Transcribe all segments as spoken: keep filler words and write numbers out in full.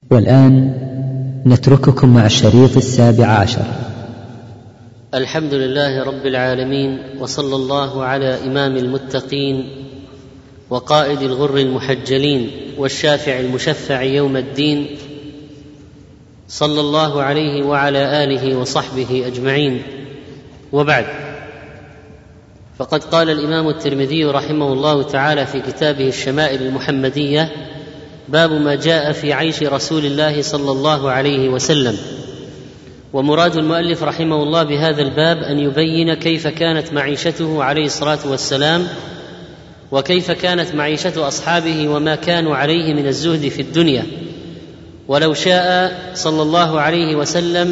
والآن نترككم مع الشريط السابع عشر. الحمد لله رب العالمين، وصلى الله على إمام المتقين وقائد الغر المحجلين والشافع المشفع يوم الدين، صلى الله عليه وعلى آله وصحبه أجمعين، وبعد. فقد قال الإمام الترمذي رحمه الله تعالى في كتابه الشمائل المحمدية: باب ما جاء في عيش رسول الله صلى الله عليه وسلم. ومراد المؤلف رحمه الله بهذا الباب أن يبين كيف كانت معيشته عليه الصلاة والسلام، وكيف كانت معيشة أصحابه وما كانوا عليه من الزهد في الدنيا. ولو شاء صلى الله عليه وسلم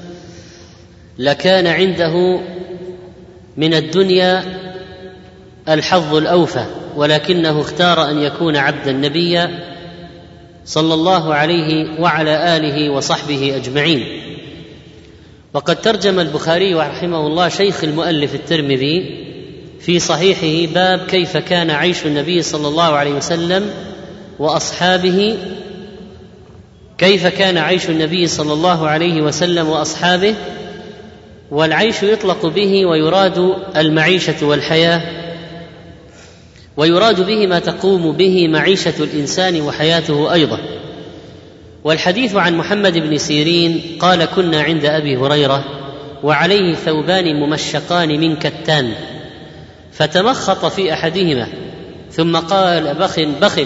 لكان عنده من الدنيا الحظ الأوفى، ولكنه اختار أن يكون عبدا نبيا صلى الله عليه وعلى آله وصحبه أجمعين. وقد ترجم البخاري رحمه الله شيخ المؤلف الترمذي في صحيحه باب كيف كان عيش النبي صلى الله عليه وسلم وأصحابه، كيف كان عيش النبي صلى الله عليه وسلم وأصحابه. والعيش يطلق به ويراد المعيشة والحياة، ويراد به ما تقوم به معيشة الإنسان وحياته أيضا. والحديث عن محمد بن سيرين قال: كنا عند أبي هريرة وعليه ثوبان ممشقان من كتان، فتمخط في أحدهما ثم قال بخ بخ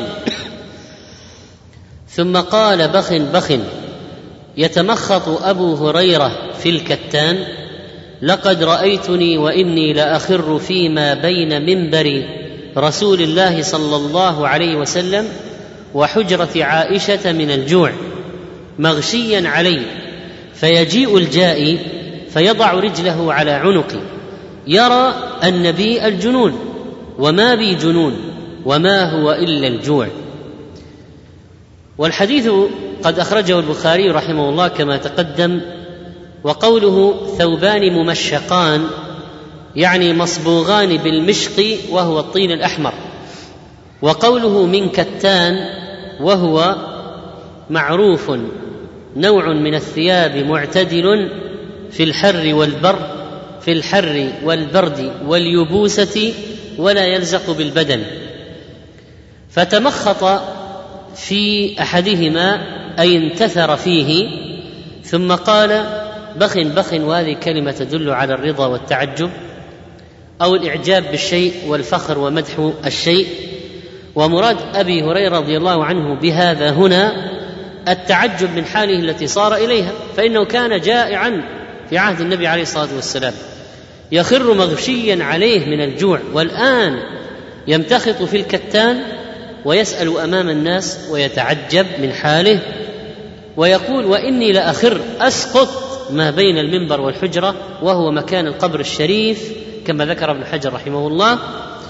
ثم قال بخ بخ يتمخط أبو هريرة في الكتان: لقد رأيتني وإني لأخر فيما بين منبر رسول الله صلى الله عليه وسلم وحجرة عائشة من الجوع مغشيا علي، فيجيء الجائي فيضع رجله على عنقي، يرى أن بي الجنون وما بي جنون وما هو إلا الجوع. والحديث قد أخرجه البخاري رحمه الله كما تقدم. وقوله ثوبان ممشقان يعني مصبوغان بالمشق وهو الطين الأحمر، وقوله من كتان وهو معروف نوع من الثياب معتدل في الحر والبر في الحر والبرد واليبوسة ولا يلزق بالبدن. فتمخط في أحدهما أي انتثر فيه، ثم قال بخ بخ، وهذه كلمة تدل على الرضا والتعجب أو الإعجاب بالشيء والفخر ومدح الشيء. ومراد أبي هريرة رضي الله عنه بهذا هنا التعجب من حاله التي صار إليها، فإنه كان جائعا في عهد النبي عليه الصلاة والسلام يخر مغشيا عليه من الجوع، والآن يمتخط في الكتان ويسأل أمام الناس ويتعجب من حاله، ويقول: وإني لأخر، أسقط ما بين المنبر والحجرة، وهو مكان القبر الشريف كما ذكر ابن حجر رحمه الله،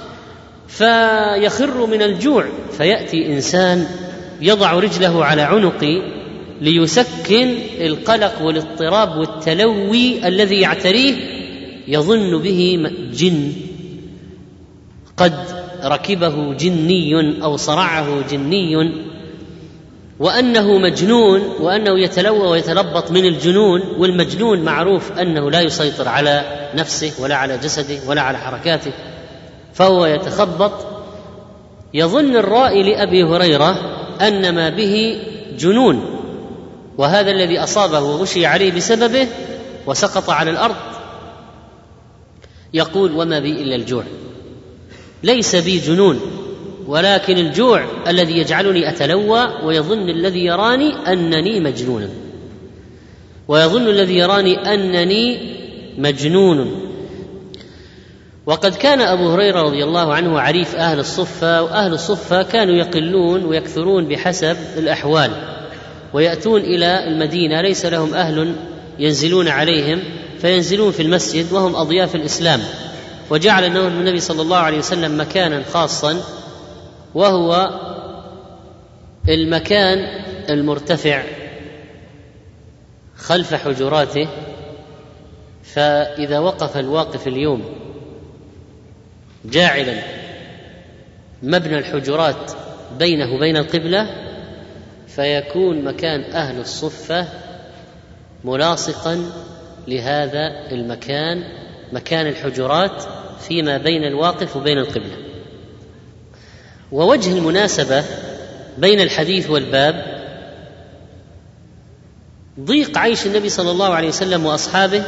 فيخر من الجوع. فيأتي إنسان يضع رجله على عنقي ليسكن القلق والاضطراب والتلوي الذي يعتريه، يظن به جن قد ركبه جني أو صرعه جني، وأنه مجنون، وأنه يتلوى ويتلبط من الجنون. والمجنون معروف أنه لا يسيطر على نفسه ولا على جسده ولا على حركاته، فهو يتخبط. يظن الرائي لأبي هريرة أن ما به جنون، وهذا الذي أصابه وغشي عليه بسببه وسقط على الأرض. يقول: وما بي إلا الجوع، ليس بي جنون، ولكن الجوع الذي يجعلني أتلوى، ويظن الذي يراني أنني مجنون ويظن الذي يراني أنني مجنون. وقد كان أبو هريرة رضي الله عنه عريف أهل الصفة، وأهل الصفة كانوا يقلون ويكثرون بحسب الأحوال، ويأتون إلى المدينة ليس لهم أهل ينزلون عليهم، فينزلون في المسجد وهم أضياف الإسلام. وجعل النبي صلى الله عليه وسلم مكانا خاصا، وهو المكان المرتفع خلف حجراته. فإذا وقف الواقف اليوم جاعلا مبنى الحجرات بينه وبين القبلة، فيكون مكان أهل الصفة ملاصقا لهذا المكان، مكان الحجرات فيما بين الواقف وبين القبلة. ووجه المناسبة بين الحديث والباب ضيق عيش النبي صلى الله عليه وسلم وأصحابه،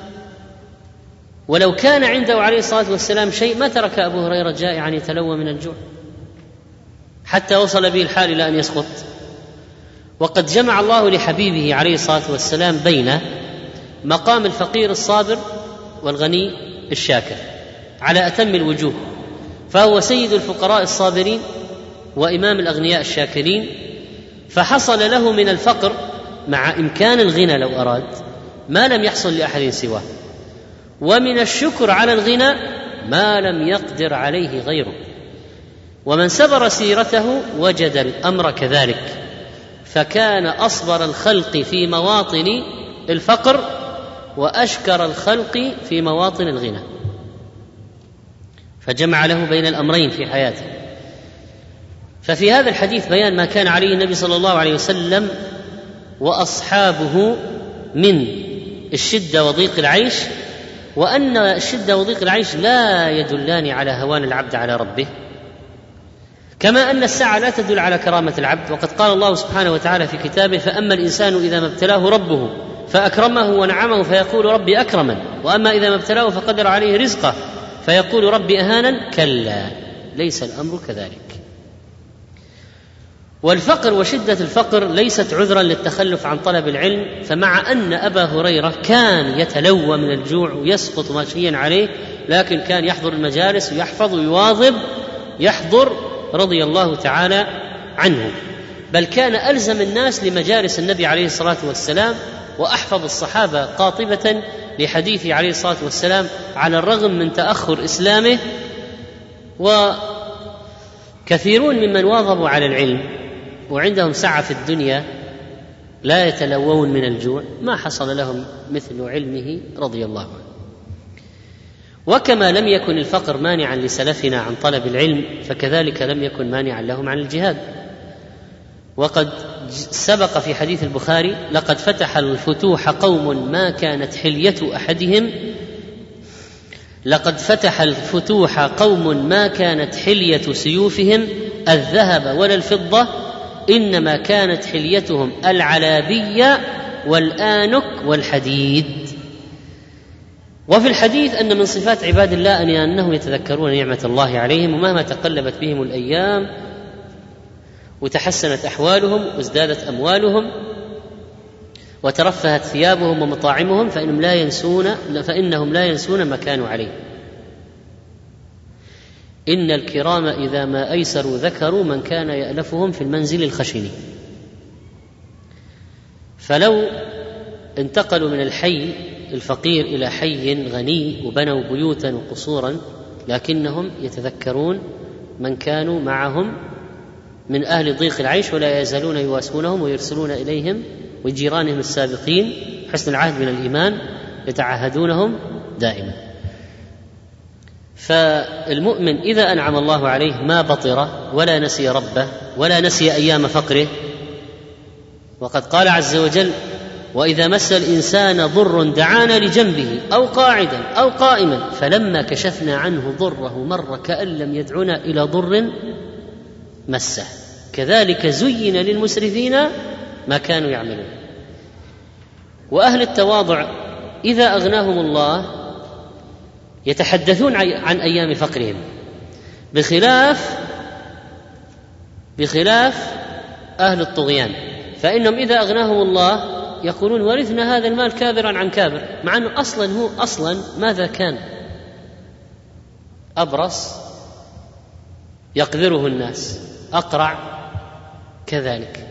ولو كان عنده عليه الصلاة والسلام شيء ما ترك أبو هريرة جائعا يتلوى من الجوع حتى وصل به الحال إلى أن يسقط. وقد جمع الله لحبيبه عليه الصلاة والسلام بين مقام الفقير الصابر والغني الشاكر على أتم الوجوه، فهو سيد الفقراء الصابرين وإمام الأغنياء الشاكرين، فحصل له من الفقر مع إمكان الغنى لو أراد ما لم يحصل لأحد سواه، ومن الشكر على الغنى ما لم يقدر عليه غيره. ومن سبر سيرته وجد الأمر كذلك، فكان أصبر الخلق في مواطن الفقر وأشكر الخلق في مواطن الغنى، فجمع له بين الأمرين في حياته. ففي هذا الحديث بيان ما كان عليه النبي صلى الله عليه وسلم وأصحابه من الشدة وضيق العيش، وأن الشدة وضيق العيش لا يدلان على هوان العبد على ربه، كما أن الساعة لا تدل على كرامة العبد. وقد قال الله سبحانه وتعالى في كتابه: فأما الإنسان إذا ما ابتلاه ربه فأكرمه ونعمه فيقول ربي أكرمن، وأما إذا ما ابتلاه فقدر عليه رزقه فيقول ربي أهانن. كلا، ليس الأمر كذلك. والفقر وشدة الفقر ليست عذرا للتخلف عن طلب العلم، فمع أن أبا هريرة كان يتلوى من الجوع ويسقط ماشيا عليه، لكن كان يحضر المجالس ويحفظ ويواظب يحضر رضي الله تعالى عنه، بل كان ألزم الناس لمجالس النبي عليه الصلاة والسلام، وأحفظ الصحابة قاطبة لحديثه عليه الصلاة والسلام على الرغم من تأخر إسلامه. وكثيرون ممن واظبوا على العلم وعندهم سعة في الدنيا لا يتلوون من الجوع ما حصل لهم مثل علمه رضي الله عنه. وكما لم يكن الفقر مانعا لسلفنا عن طلب العلم، فكذلك لم يكن مانعا لهم عن الجهاد. وقد سبق في حديث البخاري: لقد فتح الفتوح قوم ما كانت حلية أحدهم لقد فتح الفتوح قوم ما كانت حلية سيوفهم الذهب ولا الفضة، إنما كانت حليتهم العلابية والآنك والحديد. وفي الحديث أن من صفات عباد الله أن أنهم يتذكرون نعمة الله عليهم، ومهما تقلبت بهم الأيام وتحسنت أحوالهم وازدادت أموالهم وترفهت ثيابهم ومطاعمهم فإنهم لا ينسون فإنهم لا ينسون ما كانوا عليه. إن الكرام إذا ما أيسروا ذكروا من كان يألفهم في المنزل الخشن. فلو انتقلوا من الحي الفقير إلى حي غني وبنوا بيوتا وقصورا، لكنهم يتذكرون من كانوا معهم من أهل ضيق العيش، ولا يزالون يواسونهم ويرسلون إليهم وجيرانهم السابقين حسن العهد من الإيمان يتعهدونهم دائما. فالمؤمن إذا أنعم الله عليه ما بطر ولا نسي ربه ولا نسي أيام فقره. وقد قال عز وجل: وإذا مس الإنسان ضر دعانا لجنبه أو قاعدا أو قائما فلما كشفنا عنه ضره مر كأن لم يدعنا إلى ضر مسه كذلك زين للمسرفين ما كانوا يعملون. وأهل التواضع إذا أغناهم الله يتحدثون عن أيام فقرهم، بخلاف بخلاف أهل الطغيان، فإنهم إذا أغناهم الله يقولون ورثنا هذا المال كابرا عن كابر، مع أنه أصلا هو أصلا ماذا كان؟ أبرص يقذره الناس، أقرع كذلك.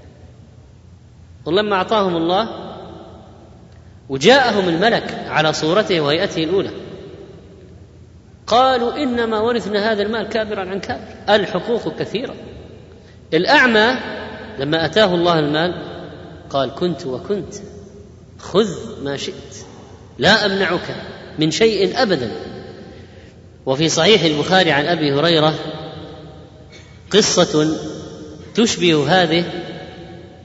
ولما أعطاهم الله وجاءهم الملك على صورته وهيئته الأولى قالوا إنما ورثنا هذا المال كابرا عن كابر، الحقوق كثيرة. الأعمى لما أتاه الله المال قال كنت وكنت، خذ ما شئت لا أمنعك من شيء أبدا. وفي صحيح البخاري عن أبي هريرة قصة تشبه هذه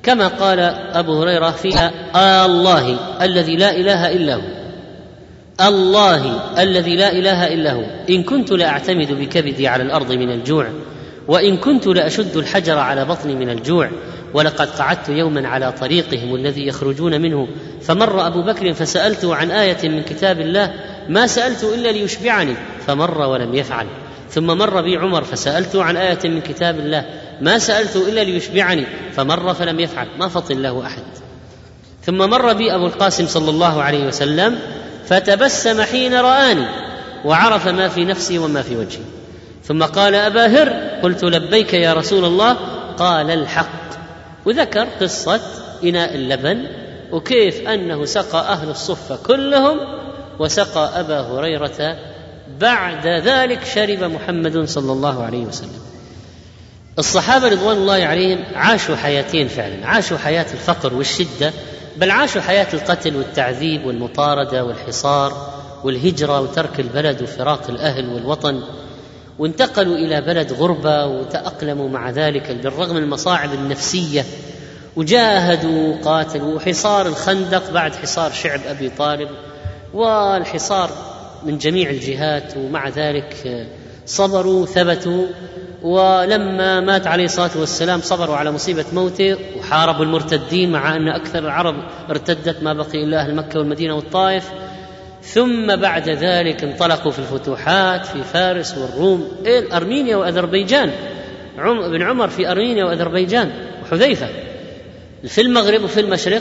كما قال أبو هريرة فيها: الله الذي لا إله إلا هو، الله الذي لا إله إلا هو، إن كنت لأعتمد بكبدي على الأرض من الجوع، وإن كنت لأشد الحجر على بطني من الجوع، ولقد قعدت يوما على طريقهم الذي يخرجون منه، فمر أبو بكر فسألته عن آية من كتاب الله ما سألت إلا ليشبعني، فمر ولم يفعل. ثم مر بي عمر فسألته عن آية من كتاب الله ما سألت إلا ليشبعني، فمر فلم يفعل، ما فطن له أحد. ثم مر بي أبو القاسم صلى الله عليه وسلم فتبسم حين رآني، وعرف ما في نفسي وما في وجهي. ثم قال: أبا هر، قلت: لبيك يا رسول الله. قال: الحق. وذكر قصة إناء اللبن، وكيف أنه سقى أهل الصفة كلهم وسقى أبا هريرة، بعد ذلك شرب محمد صلى الله عليه وسلم. الصحابة رضوان الله عليهم عاشوا حياتين فعلا، عاشوا حياة الفقر والشدة، بل عاشوا حياة القتل والتعذيب والمطاردة والحصار والهجرة وترك البلد وفراق الأهل والوطن، وانتقلوا إلى بلد غربة وتأقلموا مع ذلك بالرغم من المصاعب النفسية، وجاهدوا وقاتلوا، وحصار الخندق بعد حصار شعب أبي طالب والحصار من جميع الجهات، ومع ذلك صبروا ثبتوا. ولما مات عليه الصلاة والسلام صبروا على مصيبة موته وحاربوا المرتدين، مع أن أكثر العرب ارتدت، ما بقي إلا أهل مكة والمدينة والطائف. ثم بعد ذلك انطلقوا في الفتوحات في فارس والروم، إيه أرمينيا وأذربيجان، عم بن عمر في أرمينيا وأذربيجان، وحذيفة في المغرب وفي المشرق.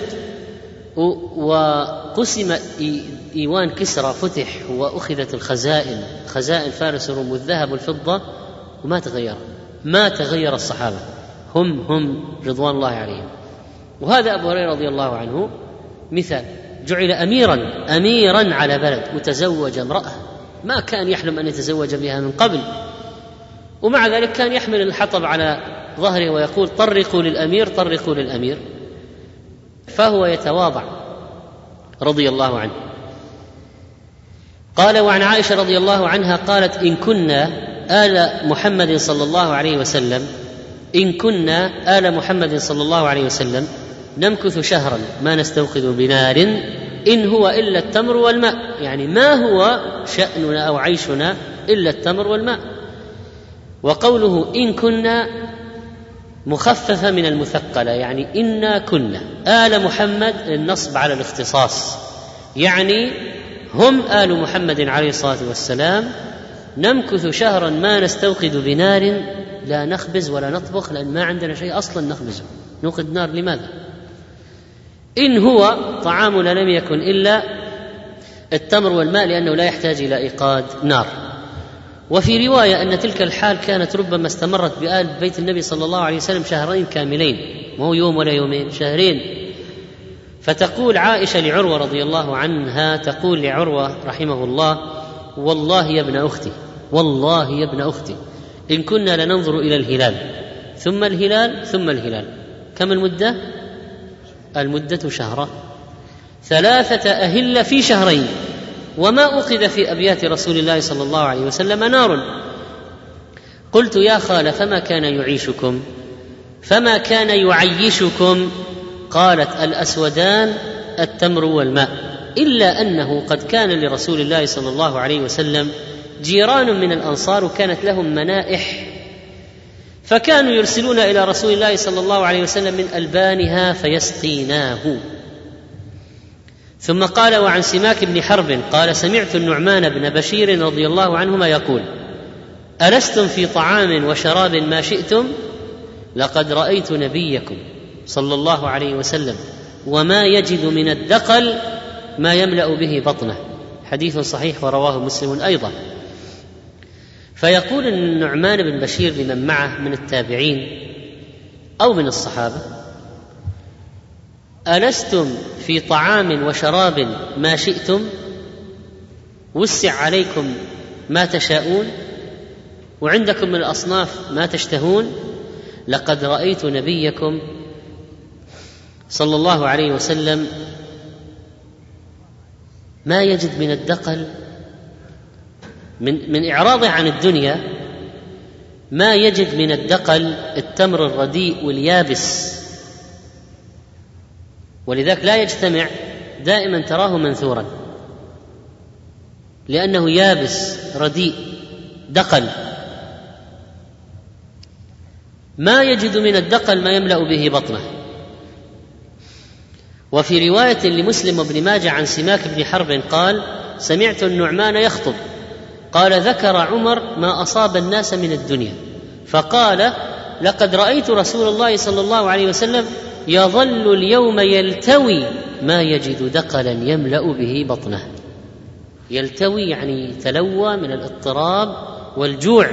وقسم إيوان كسرى فتح، وأخذت الخزائن، خزائن فارس والروم والذهب والفضة، وما تغير ما تغير الصحابة، هم هم رضوان الله عليهم. وهذا أبو هريرة رضي الله عنه مثال، جعل أميرا أميرا على بلد، وتزوج امرأة ما كان يحلم أن يتزوج بها من قبل، ومع ذلك كان يحمل الحطب على ظهره ويقول: طرقوا للأمير طرقوا للأمير. فهو يتواضع رضي الله عنه. قال: وعن عائشة رضي الله عنها قالت: إن كنا آل محمد صلى الله عليه وسلم إن كنا آل محمد صلى الله عليه وسلم نمكث شهرا ما نستوقد بنار إن هو إلا التمر والماء، يعني ما هو شأننا أو عيشنا إلا التمر والماء. وقوله إن كنا مخففة من المثقلة، يعني إنا كنا آل محمد، النصب على الاختصاص، يعني هم آل محمد عليه الصلاة والسلام، نمكث شهرا ما نستوقد بنار، لا نخبز ولا نطبخ لأن ما عندنا شيء أصلا نخبزه، نوقد نار لماذا؟ إن هو طعامنا لم يكن إلا التمر والماء، لأنه لا يحتاج إلى إيقاد نار. وفي رواية أن تلك الحال كانت ربما استمرت بآل بيت النبي صلى الله عليه وسلم شهرين كاملين، ما هو يوم ولا يومين، شهرين. فتقول عائشة لعروة رضي الله عنها، تقول لعروة رحمه الله: والله يا ابن أختي، والله يا ابن أختي، إن كنا لننظر إلى الهلال ثم الهلال ثم الهلال. كم المدة؟ المدة شهرا، ثلاثة أهلة في شهرين، وما أخذ في أبيات رسول الله صلى الله عليه وسلم نار. قلت: يا خال فما كان يعيشكم فما كان يعيشكم؟ قالت: الأسودان التمر والماء، إلا أنه قد كان لرسول الله صلى الله عليه وسلم جيران من الأنصار وكانت لهم منائح، فكانوا يرسلون إلى رسول الله صلى الله عليه وسلم من ألبانها فيسقيناه. ثم قال: وعن سماك بن حرب قال: سمعت النعمان بن بشير رضي الله عنهما يقول: ألستم في طعام وشراب ما شئتم؟ لقد رأيت نبيكم صلى الله عليه وسلم وما يجد من الدقل ما يملأ به بطنه. حديث صحيح ورواه مسلم أيضا. فيقول النعمان بن بشير لمن معه من التابعين أو من الصحابة: ألستم في طعام وشراب ما شئتم؟ وسع عليكم ما تشاءون، وعندكم من الأصناف ما تشتهون. لقد رأيت نبيكم صلى الله عليه وسلم ما يجد من الدقل، من, من إعراضه عن الدنيا، ما يجد من الدقل التمر الرديء واليابس ولذلك لا يجتمع، دائما تراه منثورا لأنه يابس رديء دقل، ما يجد من الدقل ما يملأ به بطنه. وفي رواية لمسلم وابن ماجه عن سماك بن حرب قال: سمعت النعمان يخطب، قال: ذكر عمر ما أصاب الناس من الدنيا، فقال: لقد رأيت رسول الله صلى الله عليه وسلم يظل اليوم يلتوي ما يجد دقلا يملأ به بطنه. يلتوي يعني تلوى من الاضطراب والجوع.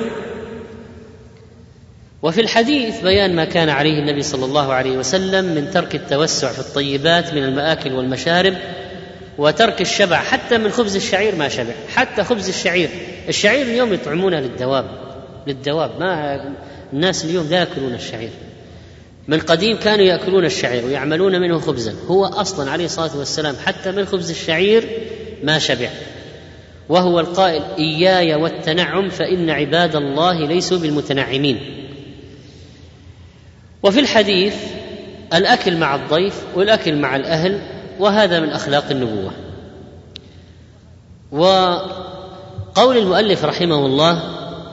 وفي الحديث بيان ما كان عليه النبي صلى الله عليه وسلم من ترك التوسع في الطيبات من المآكل والمشارب، وترك الشبع حتى من خبز الشعير ما شبع، حتى خبز الشعير الشعير اليوم يطعمونه للدواب للدواب ما الناس اليوم لا يأكلون الشعير. من قديم كانوا يأكلون الشعير ويعملون منه خبزا، هو أصلا عليه الصلاة والسلام حتى من خبز الشعير ما شبع، وهو القائل: إياي والتنعم فإن عباد الله ليسوا بالمتنعمين. وفي الحديث الأكل مع الضيف والأكل مع الأهل، وهذا من أخلاق النبوة. وقول المؤلف رحمه الله: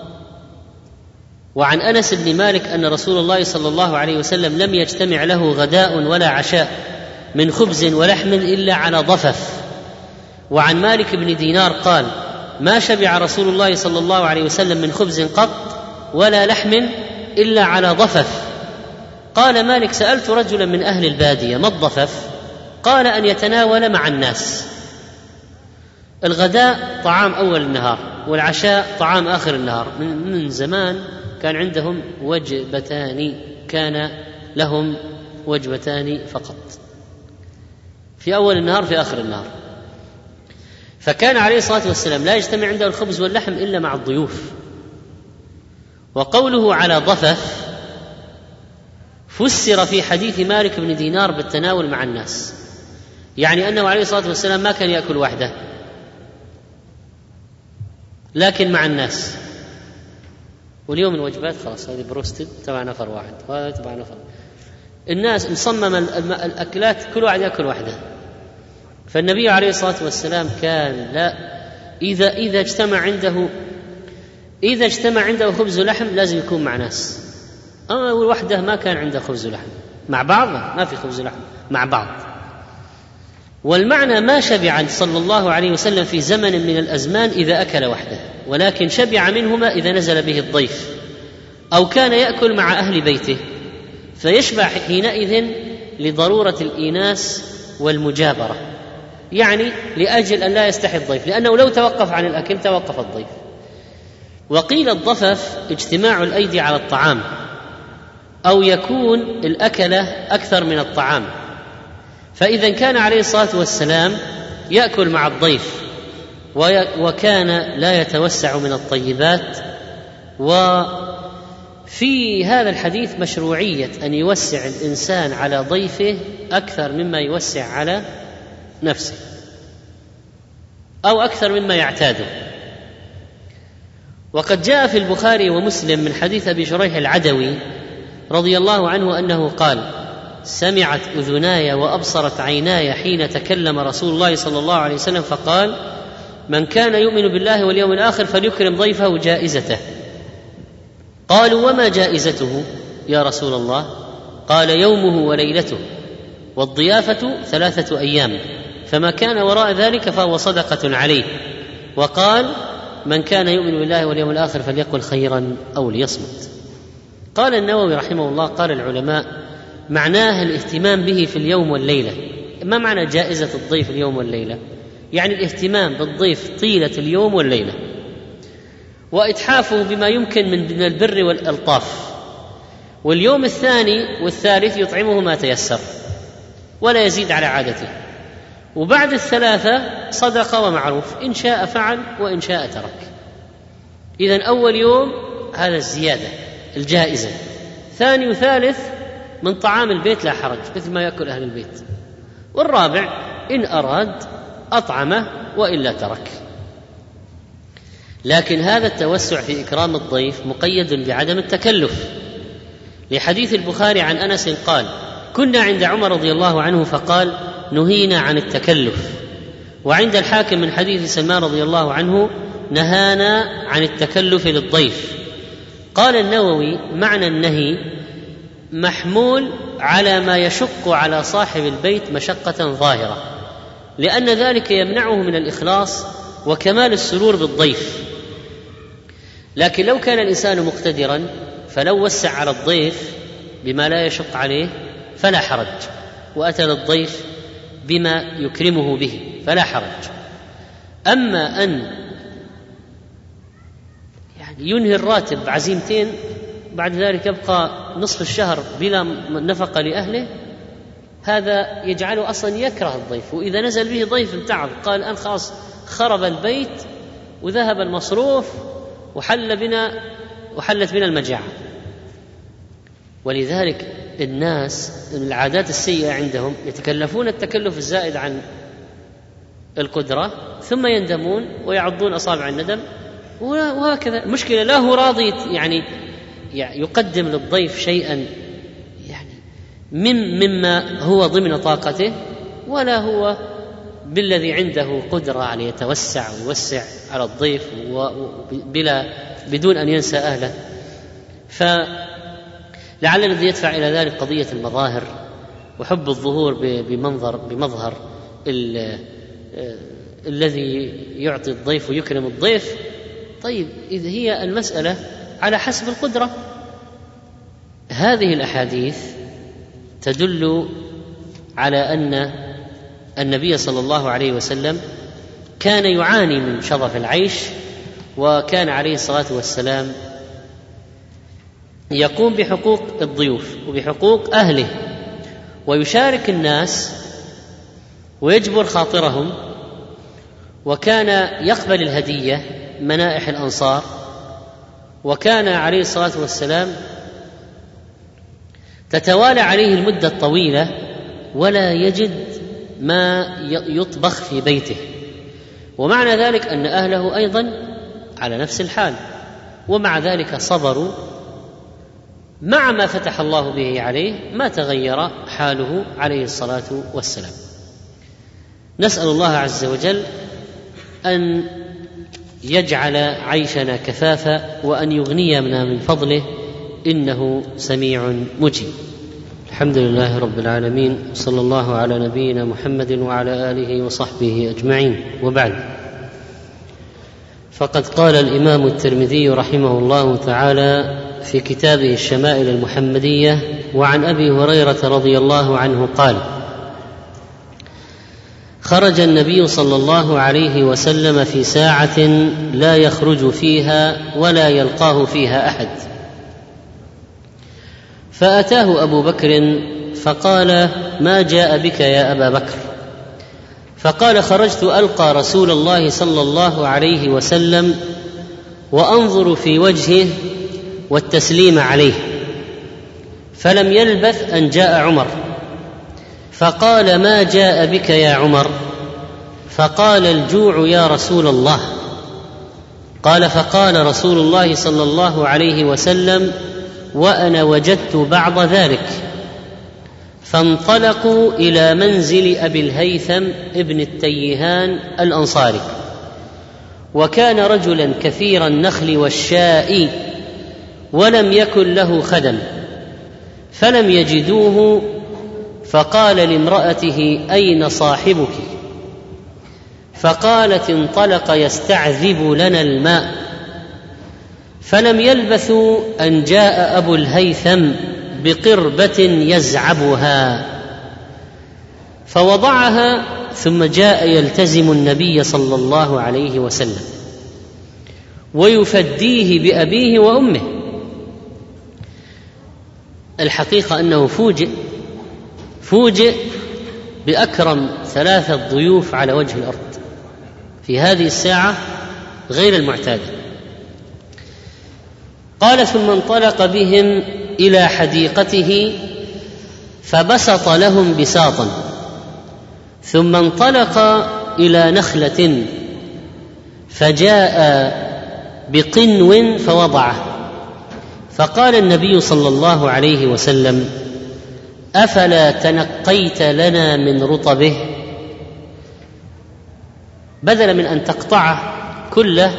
وعن أنس بن مالك أن رسول الله صلى الله عليه وسلم لم يجتمع له غداء ولا عشاء من خبز ولحم إلا على ضفف. وعن مالك بن دينار قال: ما شبع رسول الله صلى الله عليه وسلم من خبز قط ولا لحم إلا على ضفف. قال مالك: سألت رجلا من أهل البادية ما الضفف؟ قال: أن يتناول مع الناس. الغداء طعام أول النهار، والعشاء طعام آخر النهار. من, من زمان كان عندهم وجبتان، كان لهم وجبتان فقط، في أول النهار في آخر النهار. فكان عليه الصلاة والسلام لا يجتمع عنده الخبز واللحم إلا مع الضيوف. وقوله على ضفف فسر في حديث مالك بن دينار بالتناول مع الناس، يعني أنه عليه الصلاة والسلام ما كان يأكل وحده لكن مع الناس. واليوم الوجبات خلاص هذه بروستد تبع نفر واحد وهذا تبع نفر، الناس مصمم الأكلات كل واحد يأكل وحده. فالنبي عليه الصلاة والسلام كان لا إذا إذا اجتمع عنده إذا اجتمع عنده خبز ولحم لازم يكون مع ناس. أما وحده ما كان عنده خبز ولحم، مع بعض ما في خبز ولحم، مع بعض. والمعنى ما شبع صلى الله عليه وسلم في زمن من الأزمان إذا أكل وحده، ولكن شبع منهما إذا نزل به الضيف أو كان يأكل مع أهل بيته، فيشبع حينئذ لضرورة الإيناس والمجابرة، يعني لأجل أن لا يستحي الضيف، لأنه لو توقف عن الأكل توقف الضيف. وقيل الضفف اجتماع الأيدي على الطعام، أو يكون الأكلة أكثر من الطعام. فإذا كان عليه الصلاة والسلام يأكل مع الضيف وكان لا يتوسع من الطيبات. وفي هذا الحديث مشروعية أن يوسع الإنسان على ضيفه أكثر مما يوسع على نفسه أو أكثر مما يعتاده. وقد جاء في البخاري ومسلم من حديث أبي شريح العدوي رضي الله عنه أنه قال: سمعت أذناي وأبصرت عيناي حين تكلم رسول الله صلى الله عليه وسلم فقال: من كان يؤمن بالله واليوم الآخر فليكرم ضيفه جائزته. قالوا: وما جائزته يا رسول الله؟ قال: يومه وليلته، والضيافة ثلاثة أيام، فما كان وراء ذلك فهو صدقة عليه. وقال: من كان يؤمن بالله واليوم الآخر فليقل خيرا أو ليصمت. قال النووي رحمه الله: قال العلماء معناه الاهتمام به في اليوم والليلة. ما معنى جائزة الضيف اليوم والليلة؟ يعني الاهتمام بالضيف طيلة اليوم والليلة، وإتحافه بما يمكن من البر والألطاف. واليوم الثاني والثالث يطعمه ما تيسر ولا يزيد على عادته، وبعد الثلاثة صدقة ومعروف، إن شاء فعل وإن شاء ترك. إذن أول يوم هذا الزيادة الجائزة، ثاني وثالث من طعام البيت لا حرج مثل ما يأكل أهل البيت، والرابع إن أراد أطعمه وإلا ترك. لكن هذا التوسع في إكرام الضيف مقيد بعدم التكلف، لحديث البخاري عن أنس قال: كنا عند عمر رضي الله عنه فقال نهينا عن التكلف، وعند الحاكم من حديث سلمان رضي الله عنه نهانا عن التكلف للضيف. قال النووي معنى النهي محمول على ما يشق على صاحب البيت مشقة ظاهرة، لأن ذلك يمنعه من الإخلاص وكمال السرور بالضيف. لكن لو كان الإنسان مقتدرا فلو وسع على الضيف بما لا يشق عليه فلا حرج، وأتى للضيف بما يكرمه به فلا حرج. أما أن يعني ينهي الراتب عزيمتين بعد ذلك يبقى نصف الشهر بلا نفقة لأهله، هذا يجعله أصلا يكره الضيف، وإذا نزل به ضيف امتعض، قال أن خلاص خرب البيت وذهب المصروف وحل بنا وحلت بنا المجاعة. ولذلك الناس العادات السيئة عندهم يتكلفون التكلف الزائد عن القدرة ثم يندمون ويعضون أصابع الندم، وهكذا. المشكلة لا هو راضي يعني يقدم للضيف شيئا يعني من مما هو ضمن طاقته، ولا هو بالذي عنده قدرة على يتوسع ويوسع على الضيف بلا بدون أن ينسى أهله. فلعل الذي يدفع إلى ذلك قضية المظاهر وحب الظهور بمنظر بمظهر الذي يعطي الضيف ويكرم الضيف. طيب إذا هي المسألة على حسب القدرة، هذه الأحاديث تدل على أن النبي صلى الله عليه وسلم كان يعاني من شظف العيش، وكان عليه الصلاة والسلام يقوم بحقوق الضيوف وبحقوق أهله ويشارك الناس ويجبر خاطرهم، وكان يقبل الهدية منائح الأنصار، وكان عليه الصلاة والسلام تتوالى عليه المدة الطويلة ولا يجد ما يطبخ في بيته، ومعنى ذلك أن أهله أيضا على نفس الحال، ومع ذلك صبروا مع ما فتح الله به عليه، ما تغير حاله عليه الصلاة والسلام. نسأل الله عز وجل أن يجعل عيشنا كفافا وأن يغنينا من فضله، إنه سميع مجيب. الحمد لله رب العالمين، صلى الله على نبينا محمد وعلى آله وصحبه أجمعين، وبعد. فقد قال الإمام الترمذي رحمه الله تعالى في كتابه الشمائل المحمدية: وعن أبي هريرة رضي الله عنه قال: خرج النبي صلى الله عليه وسلم في ساعة لا يخرج فيها ولا يلقاه فيها أحد، فأتاه أبو بكر فقال: ما جاء بك يا أبا بكر؟ فقال: خرجت ألقى رسول الله صلى الله عليه وسلم وأنظر في وجهه والتسليم عليه، فلم يلبث أن جاء عمر فقال: ما جاء بك يا عمر؟ فقال: الجوع يا رسول الله. قال: فقال رسول الله صلى الله عليه وسلم: وأنا وجدت بعض ذلك. فانطلقوا إلى منزل أبي الهيثم ابن التيهان الأنصاري، وكان رجلا كثير النخل والشاء ولم يكن له خدم، فلم يجدوه، فقال لامرأته: أين صاحبك؟ فقالت: انطلق يستعذب لنا الماء. فلم يلبثوا أن جاء أبو الهيثم بقربة يزعبها فوضعها، ثم جاء يلتزم النبي صلى الله عليه وسلم ويفديه بأبيه وأمه. الحقيقة أنه فوجئ فوجئ بأكرم ثلاثة ضيوف على وجه الأرض في هذه الساعة غير المعتادة. قال: ثم انطلق بهم إلى حديقته فبسط لهم بساطا، ثم انطلق إلى نخلة فجاء بقنو فوضعه، فقال النبي صلى الله عليه وسلم: أفلا تنقيت لنا من رطبه؟ بدلا من أن تقطعه كله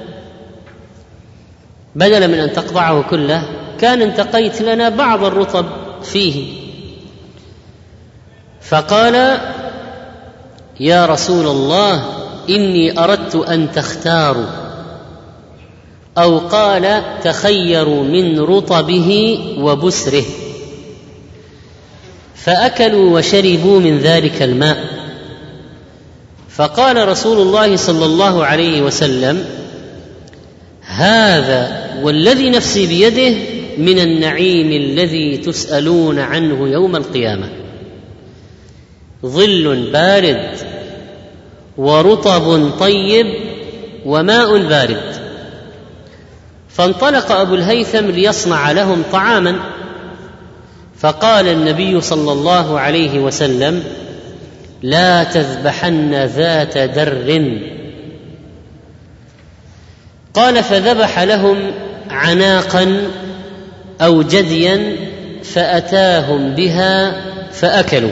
بدلا من أن تقطعه كله كان انتقيت لنا بعض الرطب فيه. فقال: يا رسول الله إني أردت أن تختاروا، أو قال: تخيروا من رطبه وبسره. فأكلوا وشربوا من ذلك الماء. فقال رسول الله صلى الله عليه وسلم: هذا والذي نفسي بيده من النعيم الذي تسألون عنه يوم القيامة، ظل بارد ورطب طيب وماء بارد. فانطلق أبو الهيثم ليصنع لهم طعاما، فقال النبي صلى الله عليه وسلم: لا تذبحن ذات در. قال: فذبح لهم عناقا أو جديا فأتاهم بها فأكلوا.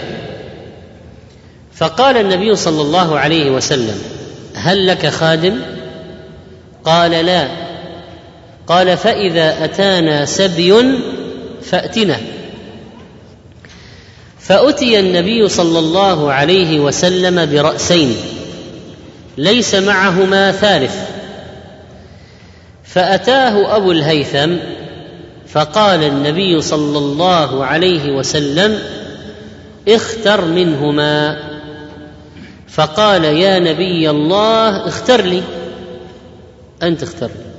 فقال النبي صلى الله عليه وسلم: هل لك خادم؟ قال: لا. قال: فإذا أتانا سبي فأتنا. فأتي النبي صلى الله عليه وسلم برأسين ليس معهما ثالث، فأتاه أبو الهيثم فقال النبي صلى الله عليه وسلم: اختر منهما. فقال: يا نبي الله اختر لي، أنت اختر لي.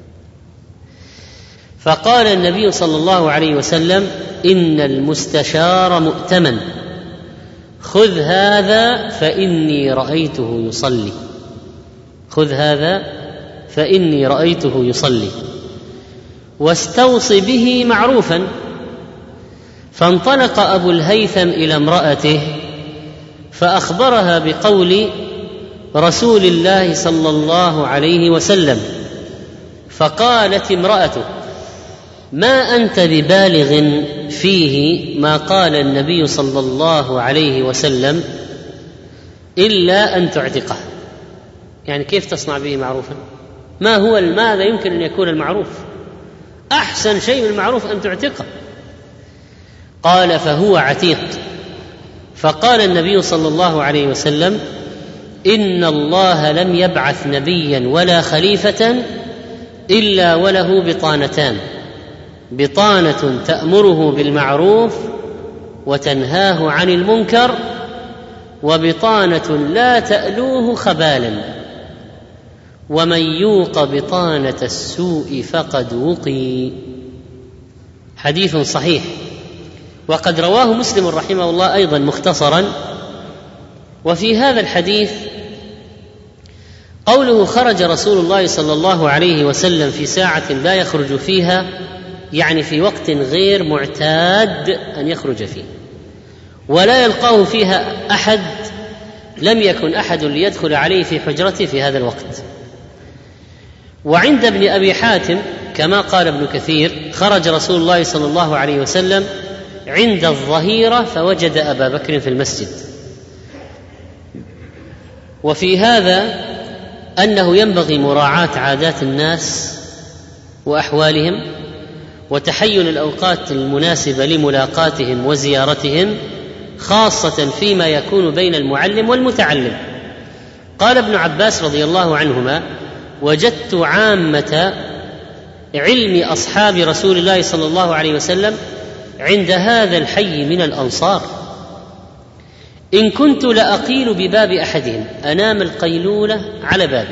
فقال النبي صلى الله عليه وسلم: إن المستشار مؤتمن، خذ هذا فإني رأيته يصلي، خذ هذا فإني رأيته يصلي، واستوص به معروفا. فانطلق أبو الهيثم إلى امرأته فأخبرها بقول رسول الله صلى الله عليه وسلم. فقالت امرأته: ما أنت ببالغ فيه ما قال النبي صلى الله عليه وسلم إلا أن تعتقه. يعني كيف تصنع به معروفا؟ ما هو ماذا يمكن أن يكون المعروف؟ أحسن شيء من المعروف أن تعتقه. قال: فهو عتيق. فقال النبي صلى الله عليه وسلم: إن الله لم يبعث نبيا ولا خليفة إلا وله بطانتان، بطانة تأمره بالمعروف وتنهاه عن المنكر، وبطانة لا تألوه خبالا، ومن يوق بطانة السوء فقد وقي. حديث صحيح، وقد رواه مسلم رحمه الله أيضا مختصرا. وفي هذا الحديث قوله: خرج رسول الله صلى الله عليه وسلم في ساعة لا يخرج فيها، يعني في وقت غير معتاد أن يخرج فيه، ولا يلقاه فيها أحد، لم يكن أحد ليدخل عليه في حجرته في هذا الوقت. وعند ابن أبي حاتم كما قال ابن كثير: خرج رسول الله صلى الله عليه وسلم عند الظهيرة فوجد أبا بكر في المسجد. وفي هذا أنه ينبغي مراعاة عادات الناس وأحوالهم، وتحين الأوقات المناسبة لملاقاتهم وزيارتهم، خاصة فيما يكون بين المعلم والمتعلم. قال ابن عباس رضي الله عنهما: وجدت عامة علم أصحاب رسول الله صلى الله عليه وسلم عند هذا الحي من الأنصار، إن كنت لأقيل بباب أحدهم، أنام القيلولة على بابه،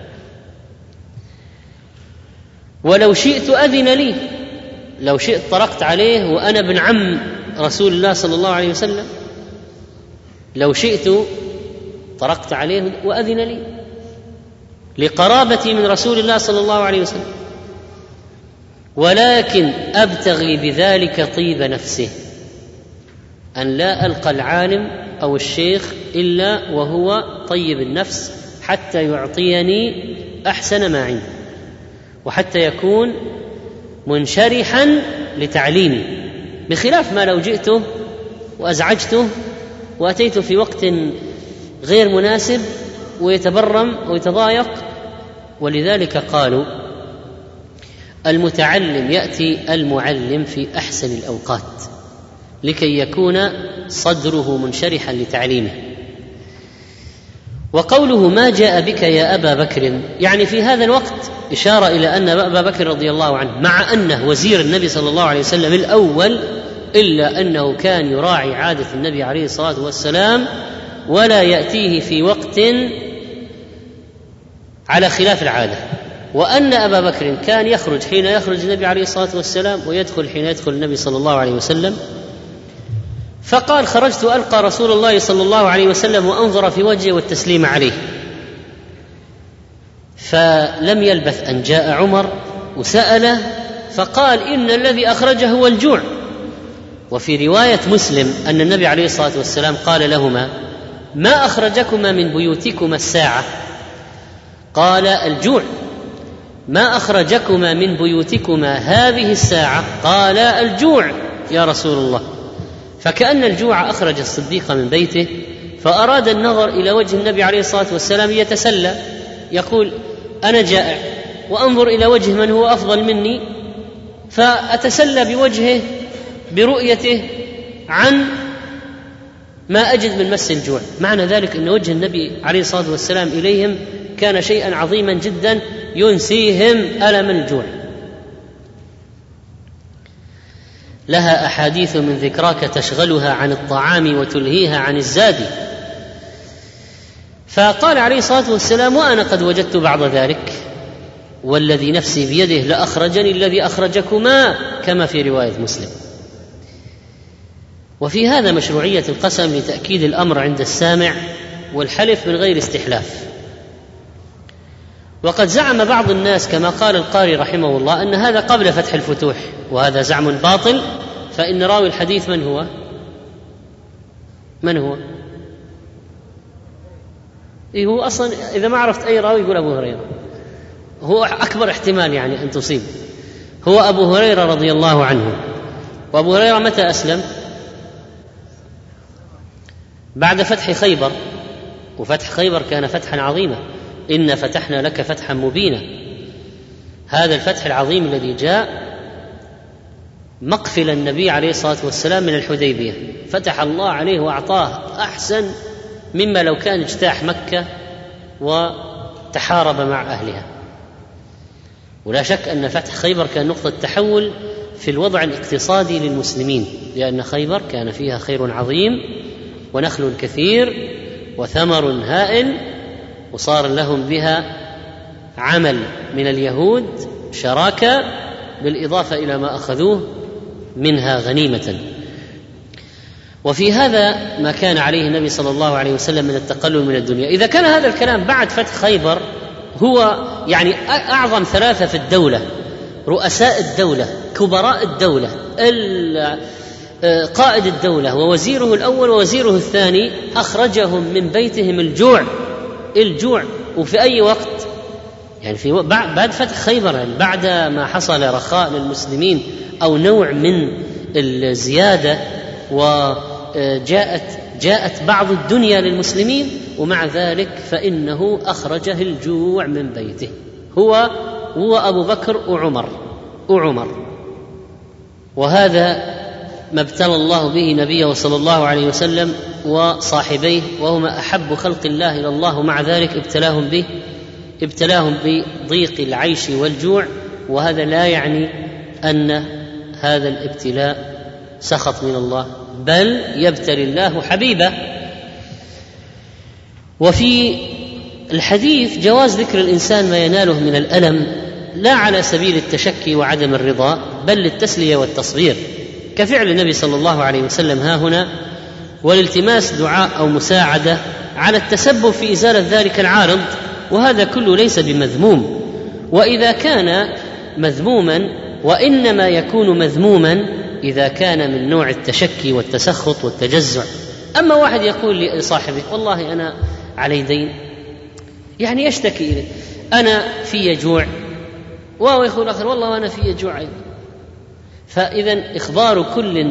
ولو شئت أذن لي، لو شئت طرقت عليه وأنا ابن عم رسول الله صلى الله عليه وسلم، لو شئت طرقت عليه وأذن لي لقرابتي من رسول الله صلى الله عليه وسلم، ولكن أبتغي بذلك طيب نفسه، أن لا ألقى العالم أو الشيخ إلا وهو طيب النفس، حتى يعطيني أحسن ما عنده، وحتى يكون منشرحا لتعليمي، بخلاف ما لو جئته وأزعجته وأتيت في وقت غير مناسب، ويتبرم ويتضايق. ولذلك قالوا المتعلم يأتي المعلم في أحسن الأوقات لكي يكون صدره منشرحا لتعليمه. وقوله ما جاء بك يا أبا بكر، يعني في هذا الوقت إشارة إلى أن أبا بكر رضي الله عنه مع أنه وزير النبي صلى الله عليه وسلم الأول، إلا أنه كان يراعي عادة النبي عليه الصلاة والسلام ولا يأتيه في وقت على خلاف العادة، وأن أبا بكر كان يخرج حين يخرج النبي عليه الصلاة والسلام ويدخل حين يدخل النبي صلى الله عليه وسلم. فقال خرجت ألقى رسول الله صلى الله عليه وسلم وأنظر في وجهه والتسليم عليه، فلم يلبث أن جاء عمر وسأله فقال إن الذي أخرجه هو الجوع. وفي رواية مسلم أن النبي عليه الصلاة والسلام قال لهما ما أخرجكما من بيوتكما الساعة؟ قال الجوع. ما أخرجكما من بيوتكما هذه الساعة؟ قال الجوع يا رسول الله. فكأن الجوع أخرج الصديق من بيته، فأراد النظر إلى وجه النبي عليه الصلاة والسلام يتسلى، يقول أنا جائع وأنظر إلى وجه من هو أفضل مني فأتسلى بوجهه برؤيته عن ما أجد من مس الجوع. معنى ذلك أن وجه النبي عليه الصلاة والسلام إليهم كان شيئا عظيما جدا ينسيهم ألم الجوع. لها أحاديث من ذكراك تشغلها عن الطعام وتلهيها عن الزاد. فقال عليه الصلاة والسلام وأنا قد وجدت بعض ذلك، والذي نفسي بيده لأخرجني الذي أخرجكما، كما في رواية مسلم. وفي هذا مشروعية القسم لتأكيد الأمر عند السامع والحلف من غير استحلاف. وقد زعم بعض الناس كما قال القاري رحمه الله أن هذا قبل فتح الفتوح، وهذا زعم باطل، فإن راوي الحديث من هو؟ من هو؟ إيه هو أصلا إذا ما عرفت أي راوي يقول أبو هريرة، هو أكبر احتمال يعني أن تصيب، هو أبو هريرة رضي الله عنه. وأبو هريرة متى أسلم؟ بعد فتح خيبر، وفتح خيبر كان فتحا عظيما، إن فتحنا لك فتحا مبينا. هذا الفتح العظيم الذي جاء مقفل النبي عليه الصلاة والسلام من الحديبية، فتح الله عليه وأعطاه أحسن مما لو كان اجتاح مكة وتحارب مع أهلها. ولا شك أن فتح خيبر كان نقطة تحول في الوضع الاقتصادي للمسلمين، لأن خيبر كان فيها خير عظيم ونخل كثير وثمر هائل، وصار لهم بها عمل من اليهود شراكة، بالإضافة إلى ما أخذوه منها غنيمة. وفي هذا ما كان عليه النبي صلى الله عليه وسلم من التقلل من الدنيا. إذا كان هذا الكلام بعد فتح خيبر، هو يعني أعظم ثلاثة في الدولة، رؤساء الدولة، كبراء الدولة، قائد الدولة ووزيره الأول ووزيره الثاني، أخرجهم من بيتهم الجوع الجوع وفي أي وقت؟ يعني في بعد فتح خيبر، يعني بعد ما حصل رخاء للمسلمين أو نوع من الزيادة، وجاءت جاءت بعض الدنيا للمسلمين، ومع ذلك فإنه أخرجه الجوع من بيته، هو هو أبو بكر وعمر وعمر وهذا ما ابتلى الله به نبيه صلى الله عليه وسلم وصاحبيه، وهما أحب خلق الله إلى الله، ومع ذلك ابتلاهم به ابتلاهم بضيق العيش والجوع. وهذا لا يعني أن هذا الابتلاء سخط من الله، بل يبتلي الله حبيبه. وفي الحديث جواز ذكر الإنسان ما يناله من الألم، لا على سبيل التشكي وعدم الرضا، بل للتسلية والتصغير، كفعل النبي صلى الله عليه وسلم ها هنا، والالتماس دعاء أو مساعدة على التسبب في إزالة ذلك العارض، وهذا كله ليس بمذموم. وإذا كان مذموما، وإنما يكون مذموما إذا كان من نوع التشكي والتسخط والتجزع. أما واحد يقول لصاحبه والله أنا علي دين، يعني يشتكي إليه، أنا في جوع، وهو يقول آخر والله أنا في جوع أيضا. فإذا إخبار كل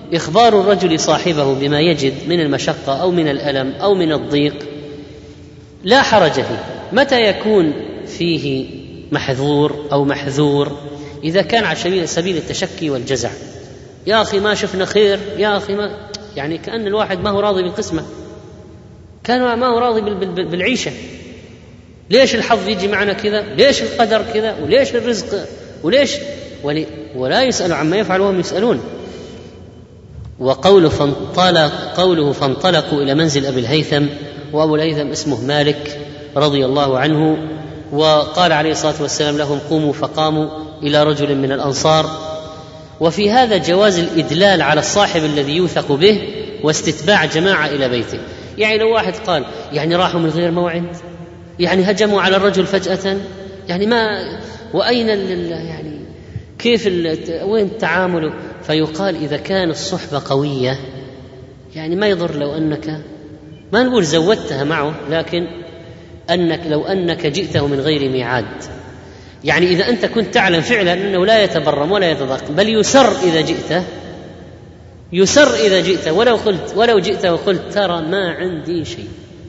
إخبار الرجل صاحبه بما يجد من المشقة أو من الألم أو من الضيق لا حرج فيه. متى يكون فيه محظور أو محذور؟ إذا كان على سبيل التشكي والجزع، يا أخي ما شفنا خير، يا أخي ما، يعني كأن الواحد ما هو راضي بالقسمة، كان ما هو راضي بالعيشة. ليش الحظ يجي معنا كذا؟ ليش القدر كذا؟ وليش الرزق؟ وليش ولي ولا يسألوا عما يفعل وهم يسألون. وقوله فانطلق قوله فانطلقوا إلى منزل أبي الهيثم، وأبو الهيثم اسمه مالك رضي الله عنه، وقال عليه الصلاة والسلام لهم قوموا فقاموا إلى رجل من الأنصار. وفي هذا جواز الإدلال على الصاحب الذي يوثق به واستتباع جماعة إلى بيته. يعني لو واحد قال يعني راحوا من غير موعد، يعني هجموا على الرجل فجأة، يعني ما وأين يعني كيف وين التعامل، فيقال إذا كان الصحبة قوية يعني ما يضر لو أنك ما نقول زودتها معه، لكن أنك لو أنك جئته من غير ميعاد. يعني إذا أنت كنت تعلم فعلا أنه لا يتبرم ولا يتضايق، بل يسر إذا جئته، يسر إذا جئته ولو قلت ولو جئته وقلت ترى ما عندي شيء،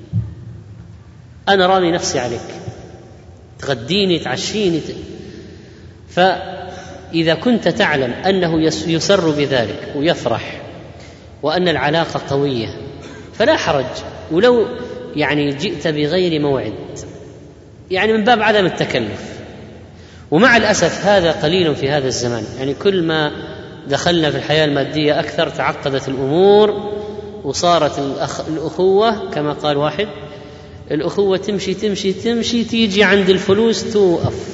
أنا رامي نفسي عليك، تغديني تعشيني. فإذا كنت تعلم أنه يسر بذلك ويفرح وأن العلاقة قوية فلا حرج، ولو يعني جئت بغير موعد، يعني من باب عدم التكلف. ومع الأسف هذا قليل في هذا الزمان، يعني كل ما دخلنا في الحياة المادية أكثر تعقدت الأمور، وصارت الأخ... الأخوة كما قال واحد، الأخوة تمشي تمشي تمشي تيجي عند الفلوس توقف،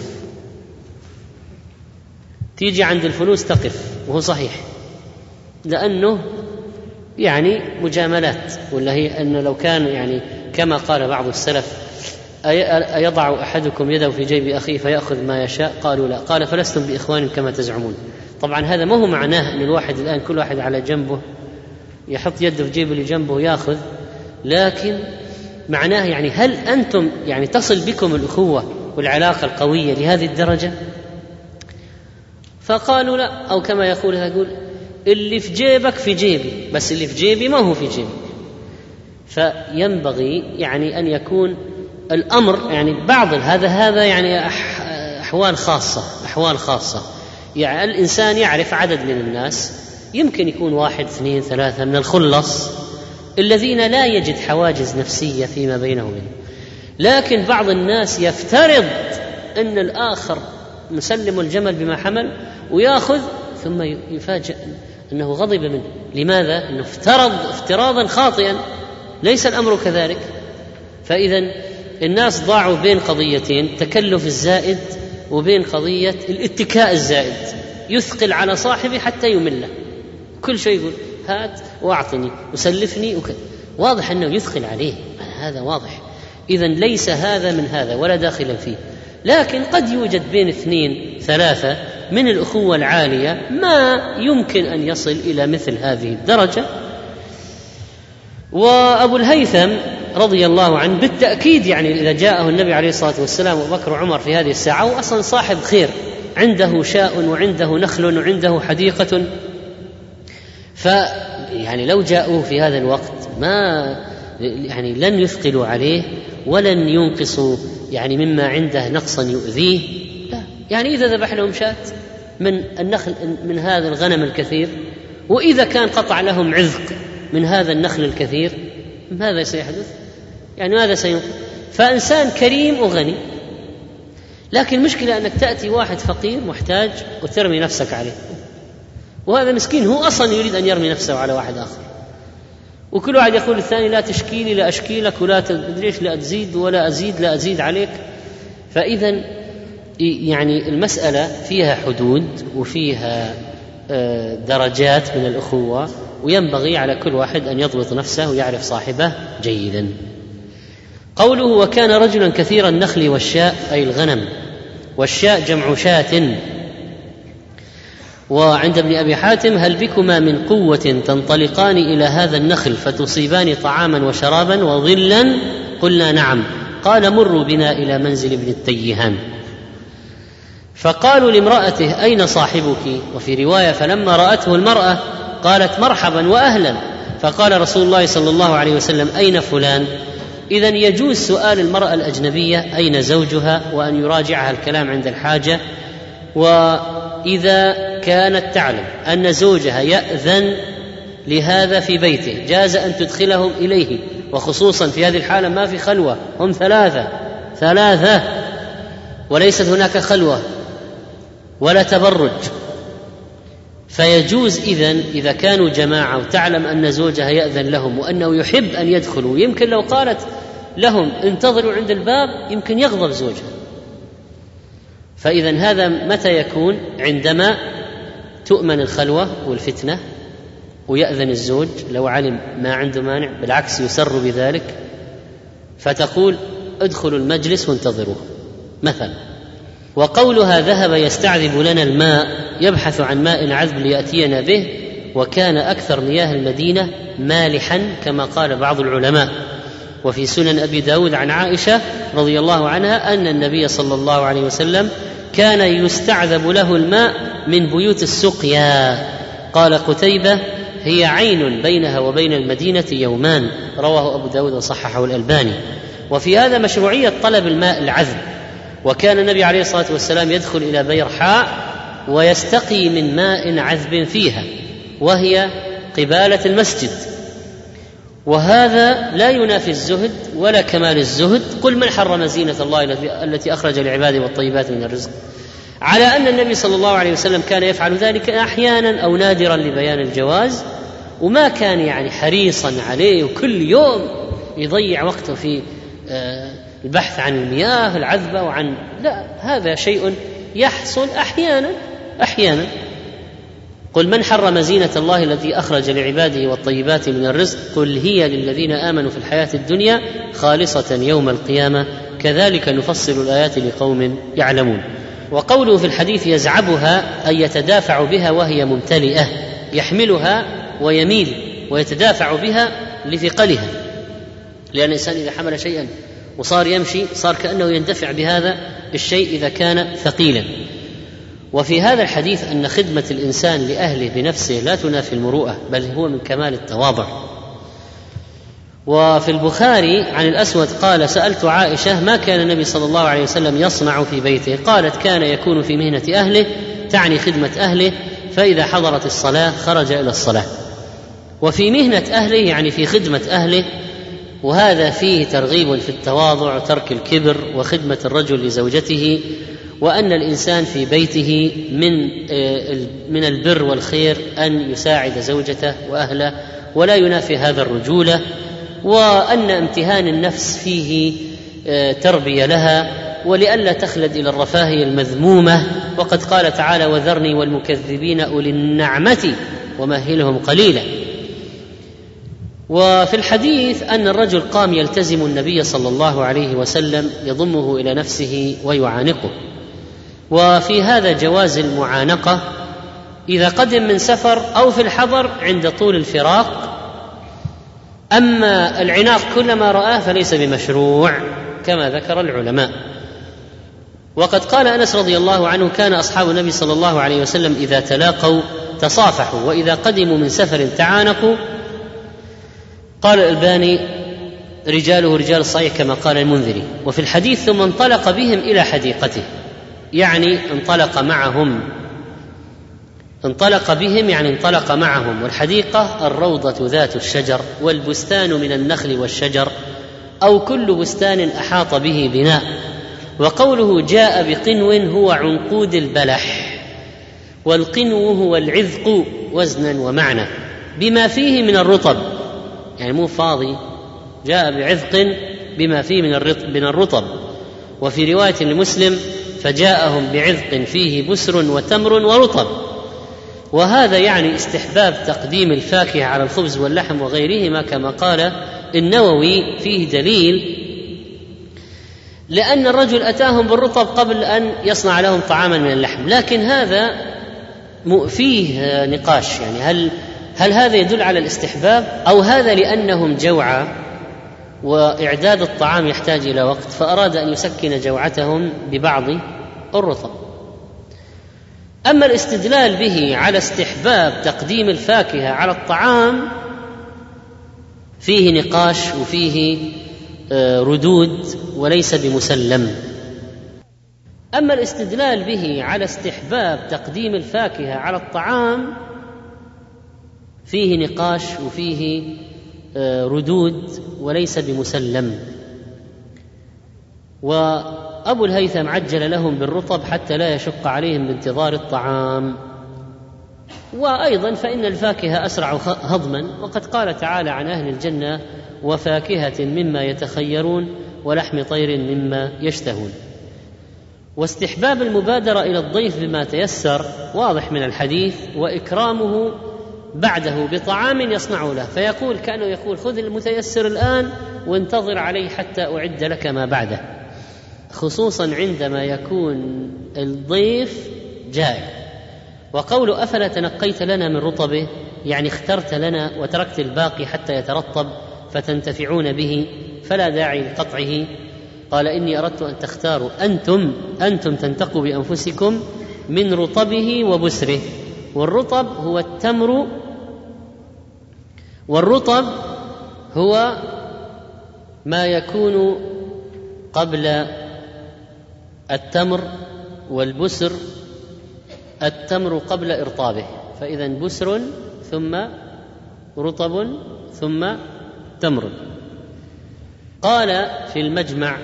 تيجي عند الفلوس تقف. وهو صحيح، لأنه يعني مجاملات، ولا هي أنه لو كان يعني كما قال بعض السلف أيضع أحدكم يده في جيب أخيه فيأخذ ما يشاء؟ قالوا لا. قال فلستم بإخوان كما تزعمون. طبعا هذا ما هو معناه أن الواحد الآن كل واحد على جنبه يحط يده في جيب اللي جنبه يأخذ، لكن معناه يعني هل أنتم يعني تصل بكم الأخوة والعلاقة القوية لهذه الدرجة؟ فقالوا لا، أو كما يقول يقول اللي في جيبك في جيبي، بس اللي في جيبي ما هو في جيبي. فينبغي يعني أن يكون الأمر يعني بعض هذا هذا يعني أحوال خاصة أحوال خاصة يعني الإنسان يعرف عدد من الناس، يمكن يكون واحد اثنين ثلاثة من الخلص الذين لا يجد حواجز نفسية فيما بينه وبينه، لكن بعض الناس يفترض أن الآخر مسلم الجمل بما حمل ويأخذ، ثم يفاجأ أنه غضب منه. لماذا؟ أنه افترض افتراضا خاطئا، ليس الأمر كذلك. فإذا الناس ضاعوا بين قضيتين، تكلف الزائد وبين قضية الاتكاء الزائد، يثقل على صاحبه حتى يمله، كل شيء يقول هات واعطني وسلفني وكذا، واضح أنه يثقل عليه، هذا واضح. إذن ليس هذا من هذا ولا داخلا فيه، لكن قد يوجد بين اثنين ثلاثة من الأخوة العالية ما يمكن أن يصل إلى مثل هذه الدرجة. وأبو الهيثم رضي الله عنه بالتأكيد يعني إذا جاءه النبي عليه الصلاة والسلام وبكر وعمر في هذه الساعة، هو أصلا صاحب خير، عنده شاء وعنده نخل وعنده حديقة، فيعني لو جاءوه في هذا الوقت ما يعني لن يثقلوا عليه ولن ينقصوا يعني مما عنده نقصا يؤذيه، لا. يعني إذا ذبح لهم شاة من النخل من هذا الغنم الكثير، وإذا كان قطع لهم عذق من هذا النخل الكثير، ماذا سيحدث؟ يعني ماذا سينقص؟ فإنسان كريم وغني، لكن المشكلة أنك تأتي واحد فقير محتاج وترمي نفسك عليه، وهذا مسكين هو أصلا يريد أن يرمي نفسه على واحد آخر، وكل واحد يقول الثاني لا تشكيلي لا أشكيلك ولا تدريش لا أزيد ولا أزيد لا أزيد عليك. فإذا يعني المسألة فيها حدود وفيها درجات من الأخوة، وينبغي على كل واحد أن يضبط نفسه ويعرف صاحبه جيدا. قوله وكان رجلا كثير النخل والشاء أي الغنم، والشاء جمع شاة. وعند ابن أبي حاتم هل بكما من قوة تنطلقان إلى هذا النخل فتصيبان طعاما وشرابا وظلا؟ قلنا نعم. قال مروا بنا إلى منزل ابن التيهان. فقالوا لامرأته أين صاحبك؟ وفي رواية فلما رأته المرأة قالت مرحبا وأهلا، فقال رسول الله صلى الله عليه وسلم أين فلان؟ إذن يجوز سؤال المرأة الأجنبية أين زوجها، وأن يراجعها الكلام عند الحاجة. وإذا كانت تعلم أن زوجها يأذن لهذا في بيته جاز أن تدخلهم إليه، وخصوصا في هذه الحالة ما في خلوة، هم ثلاثة ثلاثة وليست هناك خلوة ولا تبرج، فيجوز إذن إذا كانوا جماعة وتعلم أن زوجها يأذن لهم وأنه يحب أن يدخلوا، يمكن لو قالت لهم انتظروا عند الباب يمكن يغضب زوجها. فإذن هذا متى يكون؟ عندما تؤمن الخلوة والفتنة ويأذن الزوج لو علم ما عنده مانع، بالعكس يسر بذلك، فتقول ادخلوا المجلس وانتظروه مثلا. وقولها ذهب يستعذب لنا الماء يبحث عن ماء عذب ليأتينا به، وكان أكثر مياه المدينة مالحا كما قال بعض العلماء. وفي سنن أبي داود عن عائشة رضي الله عنها أن النبي صلى الله عليه وسلم كان يستعذب له الماء من بيوت السقيا. قال قتيبة هي عين بينها وبين المدينة يومان، رواه أبو داود وصححه الألباني. وفي هذا مشروعية طلب الماء العذب، وكان النبي عليه الصلاة والسلام يدخل إلى بيرحاء ويستقي من ماء عذب فيها وهي قبالة المسجد، وهذا لا ينافي الزهد ولا كمال الزهد. قل من حرم زينة الله التي أخرج لعباده والطيبات من الرزق، على أن النبي صلى الله عليه وسلم كان يفعل ذلك أحيانا أو نادرا لبيان الجواز، وما كان يعني حريصا عليه وكل يوم يضيع وقته في البحث عن المياه العذبة وعن لا، هذا شيء يحصل أحيانا أحيانا. قل من حرم زينة الله التي أخرج لعباده والطيبات من الرزق قل هي للذين آمنوا في الحياة الدنيا خالصة يوم القيامة كذلك نفصل الآيات لقوم يعلمون. وقوله في الحديث يزعبها أي يتدافع بها وهي ممتلئة، يحملها ويميل ويتدافع بها لثقلها، لأن الإنسان إذا حمل شيئا وصار يمشي صار كأنه يندفع بهذا الشيء إذا كان ثقيلا. وفي هذا الحديث أن خدمة الإنسان لأهله بنفسه لا تنافي المروءة، بل هو من كمال التواضع. وفي البخاري عن الأسود قال سألت عائشة ما كان النبي صلى الله عليه وسلم يصنع في بيته؟ قالت كان يكون في مهنة أهله، تعني خدمة أهله، فإذا حضرت الصلاة خرج إلى الصلاة. وفي مهنة أهله يعني في خدمة أهله، وهذا فيه ترغيب في التواضع وترك الكبر وخدمة الرجل لزوجته، وأن الإنسان في بيته من من البر والخير أن يساعد زوجته وأهله، ولا ينافي هذا الرجولة، وأن امتهان النفس فيه تربية لها ولئلا تخلد إلى الرفاهية المذمومة. وقد قال تعالى وذرني والمكذبين أولي النعمة ومهلهم قليلا. وفي الحديث أن الرجل قام يلتزم النبي صلى الله عليه وسلم يضمه إلى نفسه ويعانقه. وفي هذا جواز المعانقة إذا قدم من سفر أو في الحضر عند طول الفراق. أما العناق كلما رآه فليس بمشروع كما ذكر العلماء. وقد قال أنس رضي الله عنه كان أصحاب النبي صلى الله عليه وسلم إذا تلاقوا تصافحوا، وإذا قدموا من سفر تعانقوا. قال الألباني رجاله رجال الصحيح كما قال المنذري. وفي الحديث ثم انطلق بهم إلى حديقته، يعني انطلق معهم، انطلق بهم يعني انطلق معهم. والحديقة الروضة ذات الشجر والبستان من النخل والشجر أو كل بستان أحاط به بناء. وقوله جاء بقنو هو عنقود البلح، والقنو هو العذق وزنا ومعنى بما فيه من الرطب، يعني مو فاضي، جاء بعذق بما فيه من الرطب. وفي رواية لمسلم فجاءهم بعذق فيه بسر وتمر ورطب. وهذا يعني استحباب تقديم الفاكهة على الخبز واللحم وغيرهما كما قال النووي فيه دليل، لأن الرجل أتاهم بالرطب قبل أن يصنع لهم طعاما من اللحم. لكن هذا فيه نقاش، يعني هل هل هذا يدل على الاستحباب أو هذا لأنهم جوعى وإعداد الطعام يحتاج إلى وقت فأراد أن يسكن جوعتهم ببعض الرطب. أما الاستدلال به على استحباب تقديم الفاكهة على الطعام فيه نقاش وفيه ردود وليس بمسلم. أما الاستدلال به على استحباب تقديم الفاكهة على الطعام فيه نقاش وفيه ردود وليس بمسلم. وأبو الهيثم عجل لهم بالرطب حتى لا يشق عليهم بانتظار الطعام. وأيضا فإن الفاكهة أسرع هضما، وقد قال تعالى عن أهل الجنة وفاكهة مما يتخيرون ولحم طير مما يشتهون. واستحباب المبادرة إلى الضيف بما تيسر واضح من الحديث، وإكرامه بعده بطعام يصنع له، فيقول كأنه يقول خذ المتيسر الآن وانتظر علي حتى أعد لك ما بعده، خصوصا عندما يكون الضيف جائع. وقول أفلا تنقيت لنا من رطبه يعني اخترت لنا وتركت الباقي حتى يترطب فتنتفعون به، فلا داعي لقطعه. قال إني أردت أن تختاروا أنتم أنتم تنتقوا بأنفسكم من رطبه وبسره. والرطب هو التمر، والرطب هو ما يكون قبل التمر، والبسر التمر قبل إرطابه، فإذا بسر ثم رطب ثم تمر. قال في المجمع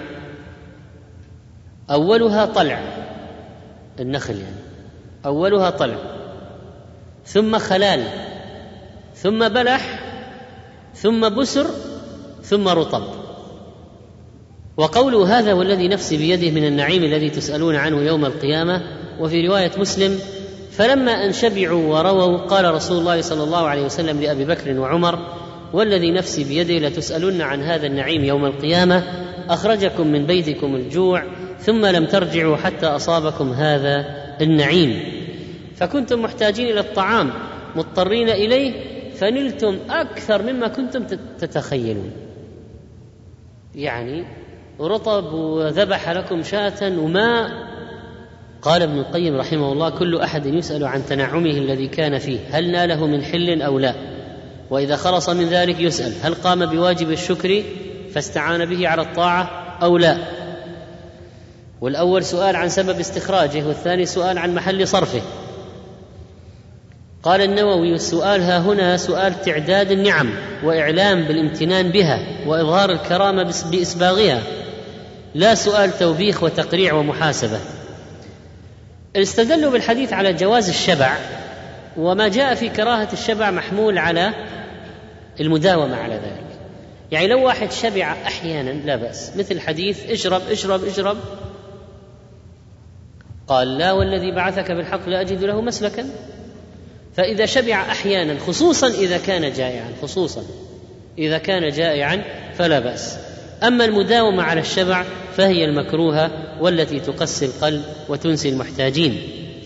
أولها طلع النخل، يعني أولها طلع ثم خلال ثم بلح ثم بسر ثم رطب. وقوله هذا والذي نفسي بيده من النعيم الذي تسألون عنه يوم القيامة. وفي رواية مسلم فلما أن شبعوا ورووا قال رسول الله صلى الله عليه وسلم لأبي بكر وعمر والذي نفسي بيده لتسألن عن هذا النعيم يوم القيامة، أخرجكم من بيتكم الجوع ثم لم ترجعوا حتى أصابكم هذا النعيم، فكنتم محتاجين إلى الطعام مضطرين إليه فنلتم أكثر مما كنتم تتخيلون. يعني رطب وذبح لكم شاة وماء. قال ابن القيم رحمه الله كل أحد يسأل عن تنعمه الذي كان فيه هل ناله من حل أو لا، وإذا خلص من ذلك يسأل هل قام بواجب الشكر فاستعان به على الطاعة أو لا. والأول سؤال عن سبب استخراجه، والثاني سؤال عن محل صرفه. قال النووي السؤال ها هنا سؤال تعداد النعم وإعلام بالامتنان بها وإظهار الكرامة بإسباغها، لا سؤال توبيخ وتقريع ومحاسبة. استدلوا بالحديث على جواز الشبع، وما جاء في كراهة الشبع محمول على المداومة على ذلك. يعني لو واحد شبع أحيانا لا بأس، مثل حديث اشرب اشرب اشرب، قال لا والذي بعثك بالحق لا أجد له مسلكا. فإذا شبع أحيانا خصوصا إذا كان جائعا خصوصا إذا كان جائعا فلا بأس. أما المداومة على الشبع فهي المكروهة والتي تقسي القلب وتنسي المحتاجين.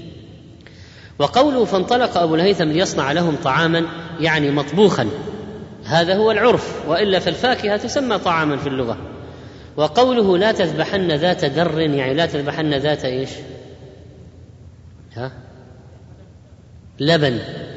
وقوله فانطلق أبو الهيثم ليصنع لهم طعاما يعني مطبوخا، هذا هو العرف، وإلا فالفاكهة تسمى طعاما في اللغة. وقوله لا تذبحن ذات در يعني لا تذبحن ذات إيش؟ ها؟ لبن.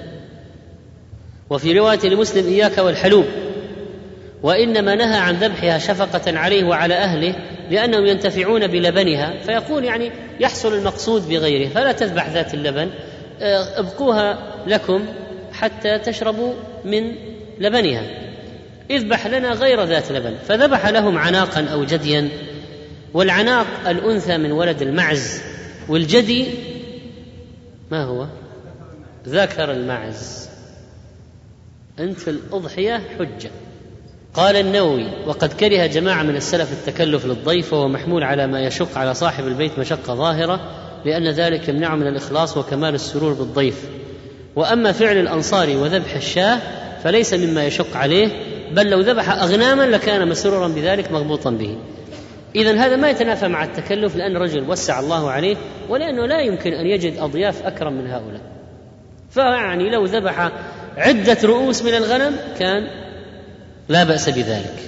وفي رواية لمسلم إياك والحلوب، وإنما نهى عن ذبحها شفقة عليه وعلى أهله لأنهم ينتفعون بلبنها، فيقول يعني يحصل المقصود بغيره، فلا تذبح ذات اللبن، ابقوها لكم حتى تشربوا من لبنها، اذبح لنا غير ذات لبن. فذبح لهم عناقا أو جديا، والعناق الأنثى من ولد المعز، والجدي ما هو؟ ذكر المعز. أنت في الأضحية حجة. قال النووي وقد كره جماعة من السلف التكلف للضيف، وهو محمول على ما يشق على صاحب البيت مشقة ظاهرة، لأن ذلك يمنع من الإخلاص وكمال السرور بالضيف. وأما فعل الأنصار وذبح الشاة فليس مما يشق عليه، بل لو ذبح أغناما لكان مسرورا بذلك مغبوطا به. إذن هذا ما يتنافى مع التكلف، لأن الرجل وسع الله عليه، ولأنه لا يمكن أن يجد أضياف أكرم من هؤلاء. فيعني لو ذبح عدة رؤوس من الغنم كان لا بأس بذلك.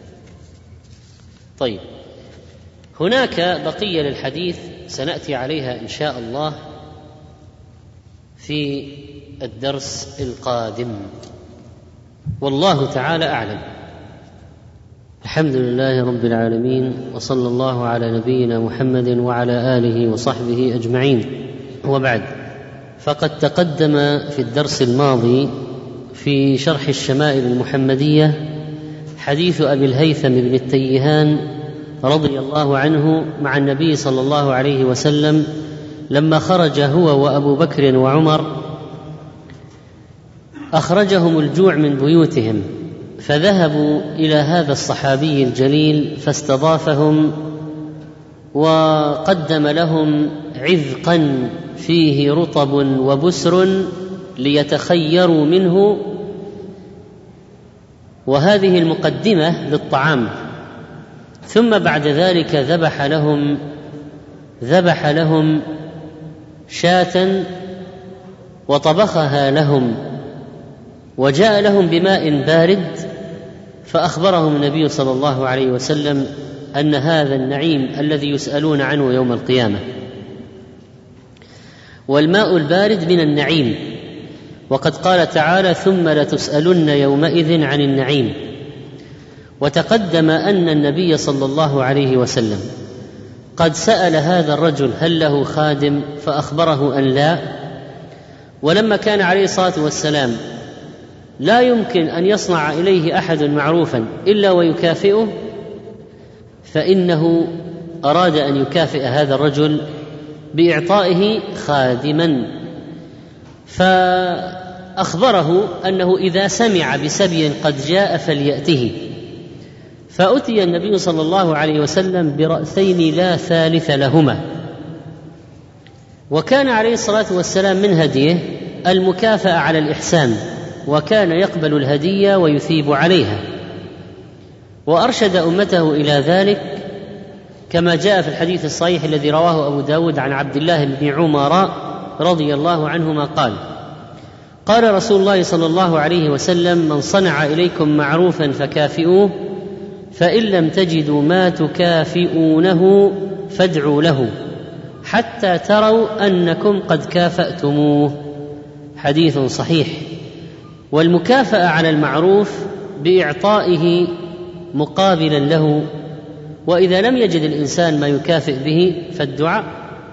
طيب، هناك بقية للحديث سنأتي عليها إن شاء الله في الدرس القادم، والله تعالى أعلم. الحمد لله رب العالمين، وصلى الله على نبينا محمد وعلى آله وصحبه أجمعين، وبعد، فقد تقدم في الدرس الماضي في شرح الشمائل المحمدية حديث أبي الهيثم بن التيهان رضي الله عنه مع النبي صلى الله عليه وسلم لما خرج هو وأبو بكر وعمر، أخرجهم الجوع من بيوتهم، فذهبوا إلى هذا الصحابي الجليل فاستضافهم وقدم لهم عذقا فيه رطب وبسر ليتخيروا منه، وهذه المقدمة للطعام. ثم بعد ذلك ذبح لهم ذبح لهم شاة وطبخها لهم، وجاء لهم بماء بارد، فأخبرهم النبي صلى الله عليه وسلم أن هذا النعيم الذي يسألون عنه يوم القيامة. والماء البارد من النعيم، وقد قال تعالى: ثم لتسألن يومئذ عن النعيم. وتقدم أن النبي صلى الله عليه وسلم قد سأل هذا الرجل هل له خادم، فأخبره أن لا. ولما كان عليه الصلاة والسلام لا يمكن أن يصنع إليه أحد معروفا إلا ويكافئه، فإنه أراد أن يكافئ هذا الرجل بإعطائه خادما، فأخبره أنه إذا سمع بسبي قد جاء فليأته. فأتي النبي صلى الله عليه وسلم برأسين لا ثالث لهما. وكان عليه الصلاة والسلام من هديه المكافأة على الإحسان، وكان يقبل الهدية ويثيب عليها، وأرشد أمته إلى ذلك كما جاء في الحديث الصحيح الذي رواه أبو داود عن عبد الله بن عمر رضي الله عنهما قال: قال رسول الله صلى الله عليه وسلم: من صنع إليكم معروفا فكافئوه، فإن لم تجدوا ما تكافئونه فادعوا له حتى تروا أنكم قد كافأتموه. حديث صحيح. والمكافأة على المعروف بإعطائه مقابلا له، وإذا لم يجد الإنسان ما يكافئ به فالدعاء،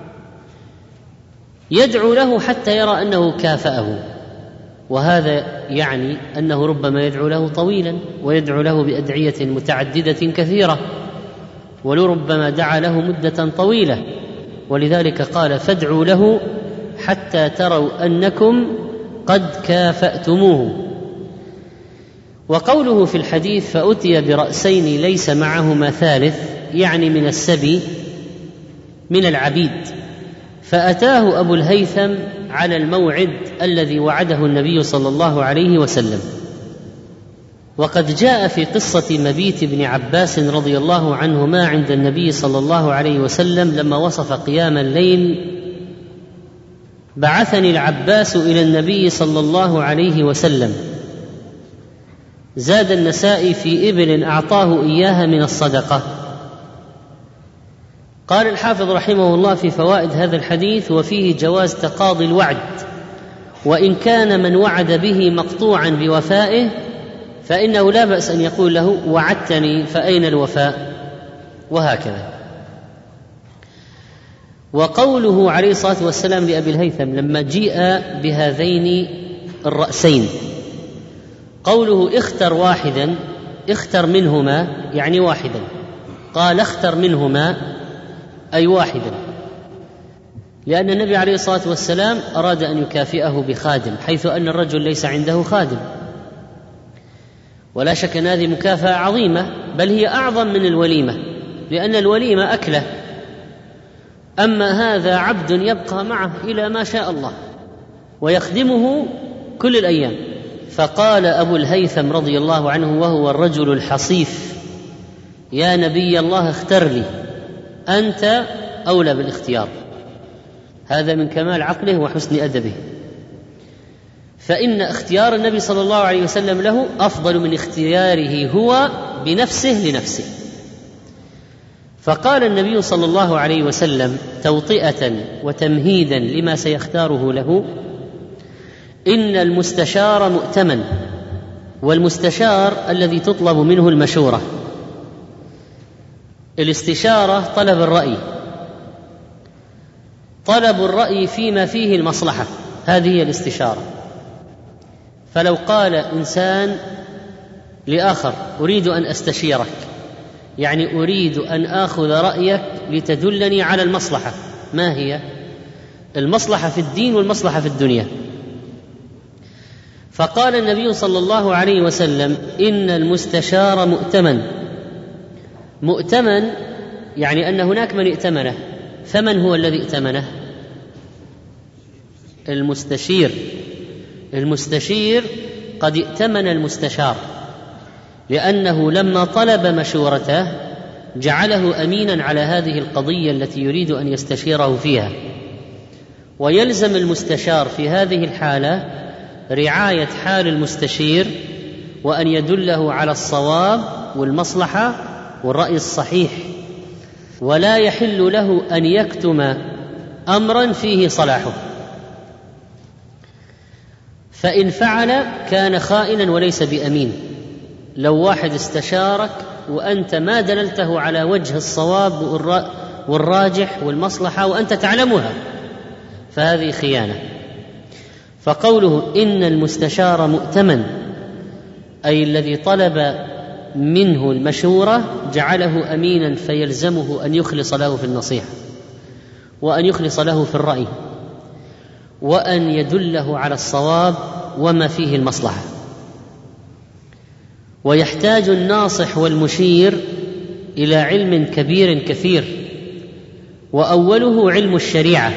يدعو له حتى يرى أنه كافأه، وهذا يعني أنه ربما يدعو له طويلا، ويدعو له بأدعية متعددة كثيرة، ولربما دعا له مدة طويلة، ولذلك قال: فادعوا له حتى تروا أنكم قد كافأتموه. وقوله في الحديث: فأتي برأسين ليس معهما ثالث، يعني من السبي من العبيد، فأتاه أبو الهيثم على الموعد الذي وعده النبي صلى الله عليه وسلم. وقد جاء في قصة مبيت ابن عباس رضي الله عنهما عند النبي صلى الله عليه وسلم لما وصف قيام الليل: بعثني العباس إلى النبي صلى الله عليه وسلم. زاد النسائي: في إبل أعطاه إياها من الصدقة. قال الحافظ رحمه الله في فوائد هذا الحديث: وفيه جواز تقاضي الوعد، وإن كان من وعد به مقطوعا بوفائه فإنه لا بأس أن يقول له: وعدتني فأين الوفاء؟ وهكذا. وقوله عليه الصلاة والسلام لأبي الهيثم لما جيء بهذين الرأسين، قوله: اختر واحدا، اختر منهما يعني واحدا، قال: اختر منهما أي واحدا، لأن النبي عليه الصلاة والسلام أراد أن يكافئه بخادم، حيث أن الرجل ليس عنده خادم. ولا شك أن هذه مكافأة عظيمة، بل هي أعظم من الوليمة، لأن الوليمة أكلة، أما هذا عبد يبقى معه إلى ما شاء الله ويخدمه كل الأيام. فقال أبو الهيثم رضي الله عنه وهو الرجل الحصيف: يا نبي الله اختر لي، أنت أولى بالاختيار. هذا من كمال عقله وحسن أدبه، فإن اختيار النبي صلى الله عليه وسلم له أفضل من اختياره هو بنفسه لنفسه. فقال النبي صلى الله عليه وسلم توطئة وتمهيدا لما سيختاره له: إن المستشار مؤتمن، والمستشار الذي تطلب منه المشورة. الاستشارة طلب الرأي، طلب الرأي فيما فيه المصلحة، هذه هي الاستشارة. فلو قال إنسان لآخر أريد أن أستشيرك، يعني أريد أن آخذ رأيك لتدلني على المصلحة. ما هي المصلحة في الدين والمصلحة في الدنيا؟ فقال النبي صلى الله عليه وسلم إن المستشار مؤتمن. مؤتمن يعني أن هناك من ائتمنه. فمن هو الذي ائتمنه؟ المستشير. المستشير قد ائتمن المستشار، لأنه لما طلب مشورته جعله أمينا على هذه القضية التي يريد أن يستشيره فيها. ويلزم المستشار في هذه الحالة رعاية حال المستشير، وأن يدله على الصواب والمصلحة والرأي الصحيح، ولا يحل له أن يكتم أمرا فيه صلاحه، فإن فعل كان خائنا وليس بأمين. لو واحد استشارك وأنت ما دللته على وجه الصواب والراجح والمصلحة وأنت تعلمها، فهذه خيانة. فقوله إن المستشار مؤتمن أي الذي طلب منه المشورة جعله أمينا، فيلزمه أن يخلص له في النصيحة، وأن يخلص له في الرأي، وأن يدله على الصواب وما فيه المصلحة. ويحتاج الناصح والمشير إلى علم كبير كثير، وأوله علم الشريعة،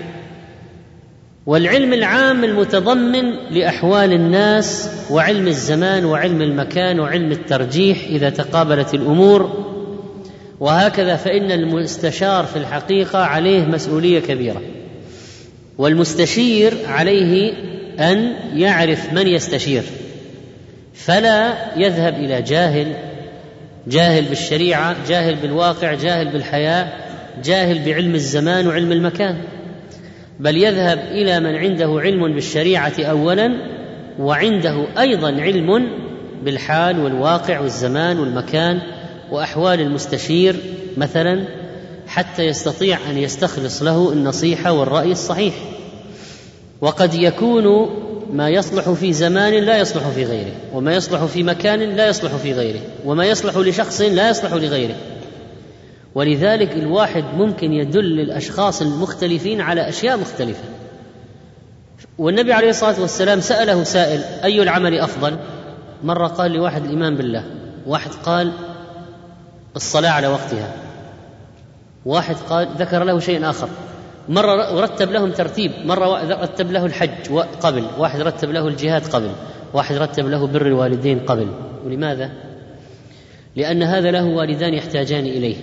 والعلم العام المتضمن لأحوال الناس، وعلم الزمان وعلم المكان وعلم الترجيح إذا تقابلت الأمور. وهكذا فإن المستشار في الحقيقة عليه مسؤولية كبيرة، والمستشير عليه أن يعرف من يستشير، فلا يذهب إلى جاهل، جاهل بالشريعة، جاهل بالواقع، جاهل بالحياة، جاهل بعلم الزمان وعلم المكان، بل يذهب إلى من عنده علم بالشريعة أولا، وعنده أيضا علم بالحال والواقع والزمان والمكان وأحوال المستشير مثلا، حتى يستطيع أن يستخلص له النصيحة والرأي الصحيح. وقد يكون ما يصلح في زمان لا يصلح في غيره، وما يصلح في مكان لا يصلح في غيره، وما يصلح لشخص لا يصلح لغيره. ولذلك الواحد ممكن يدل الأشخاص المختلفين على أشياء مختلفة. والنبي عليه الصلاة والسلام سأله سائل أي العمل أفضل؟ مرة قال لواحد الإيمان بالله، واحد قال الصلاة على وقتها، واحد قال ذكر له شيء آخر. مرة رتب لهم ترتيب، مرة رتب له الحج قبل، واحد رتب له الجهاد قبل، واحد رتب له بر الوالدين قبل. ولماذا؟ لأن هذا له والدان يحتاجان إليه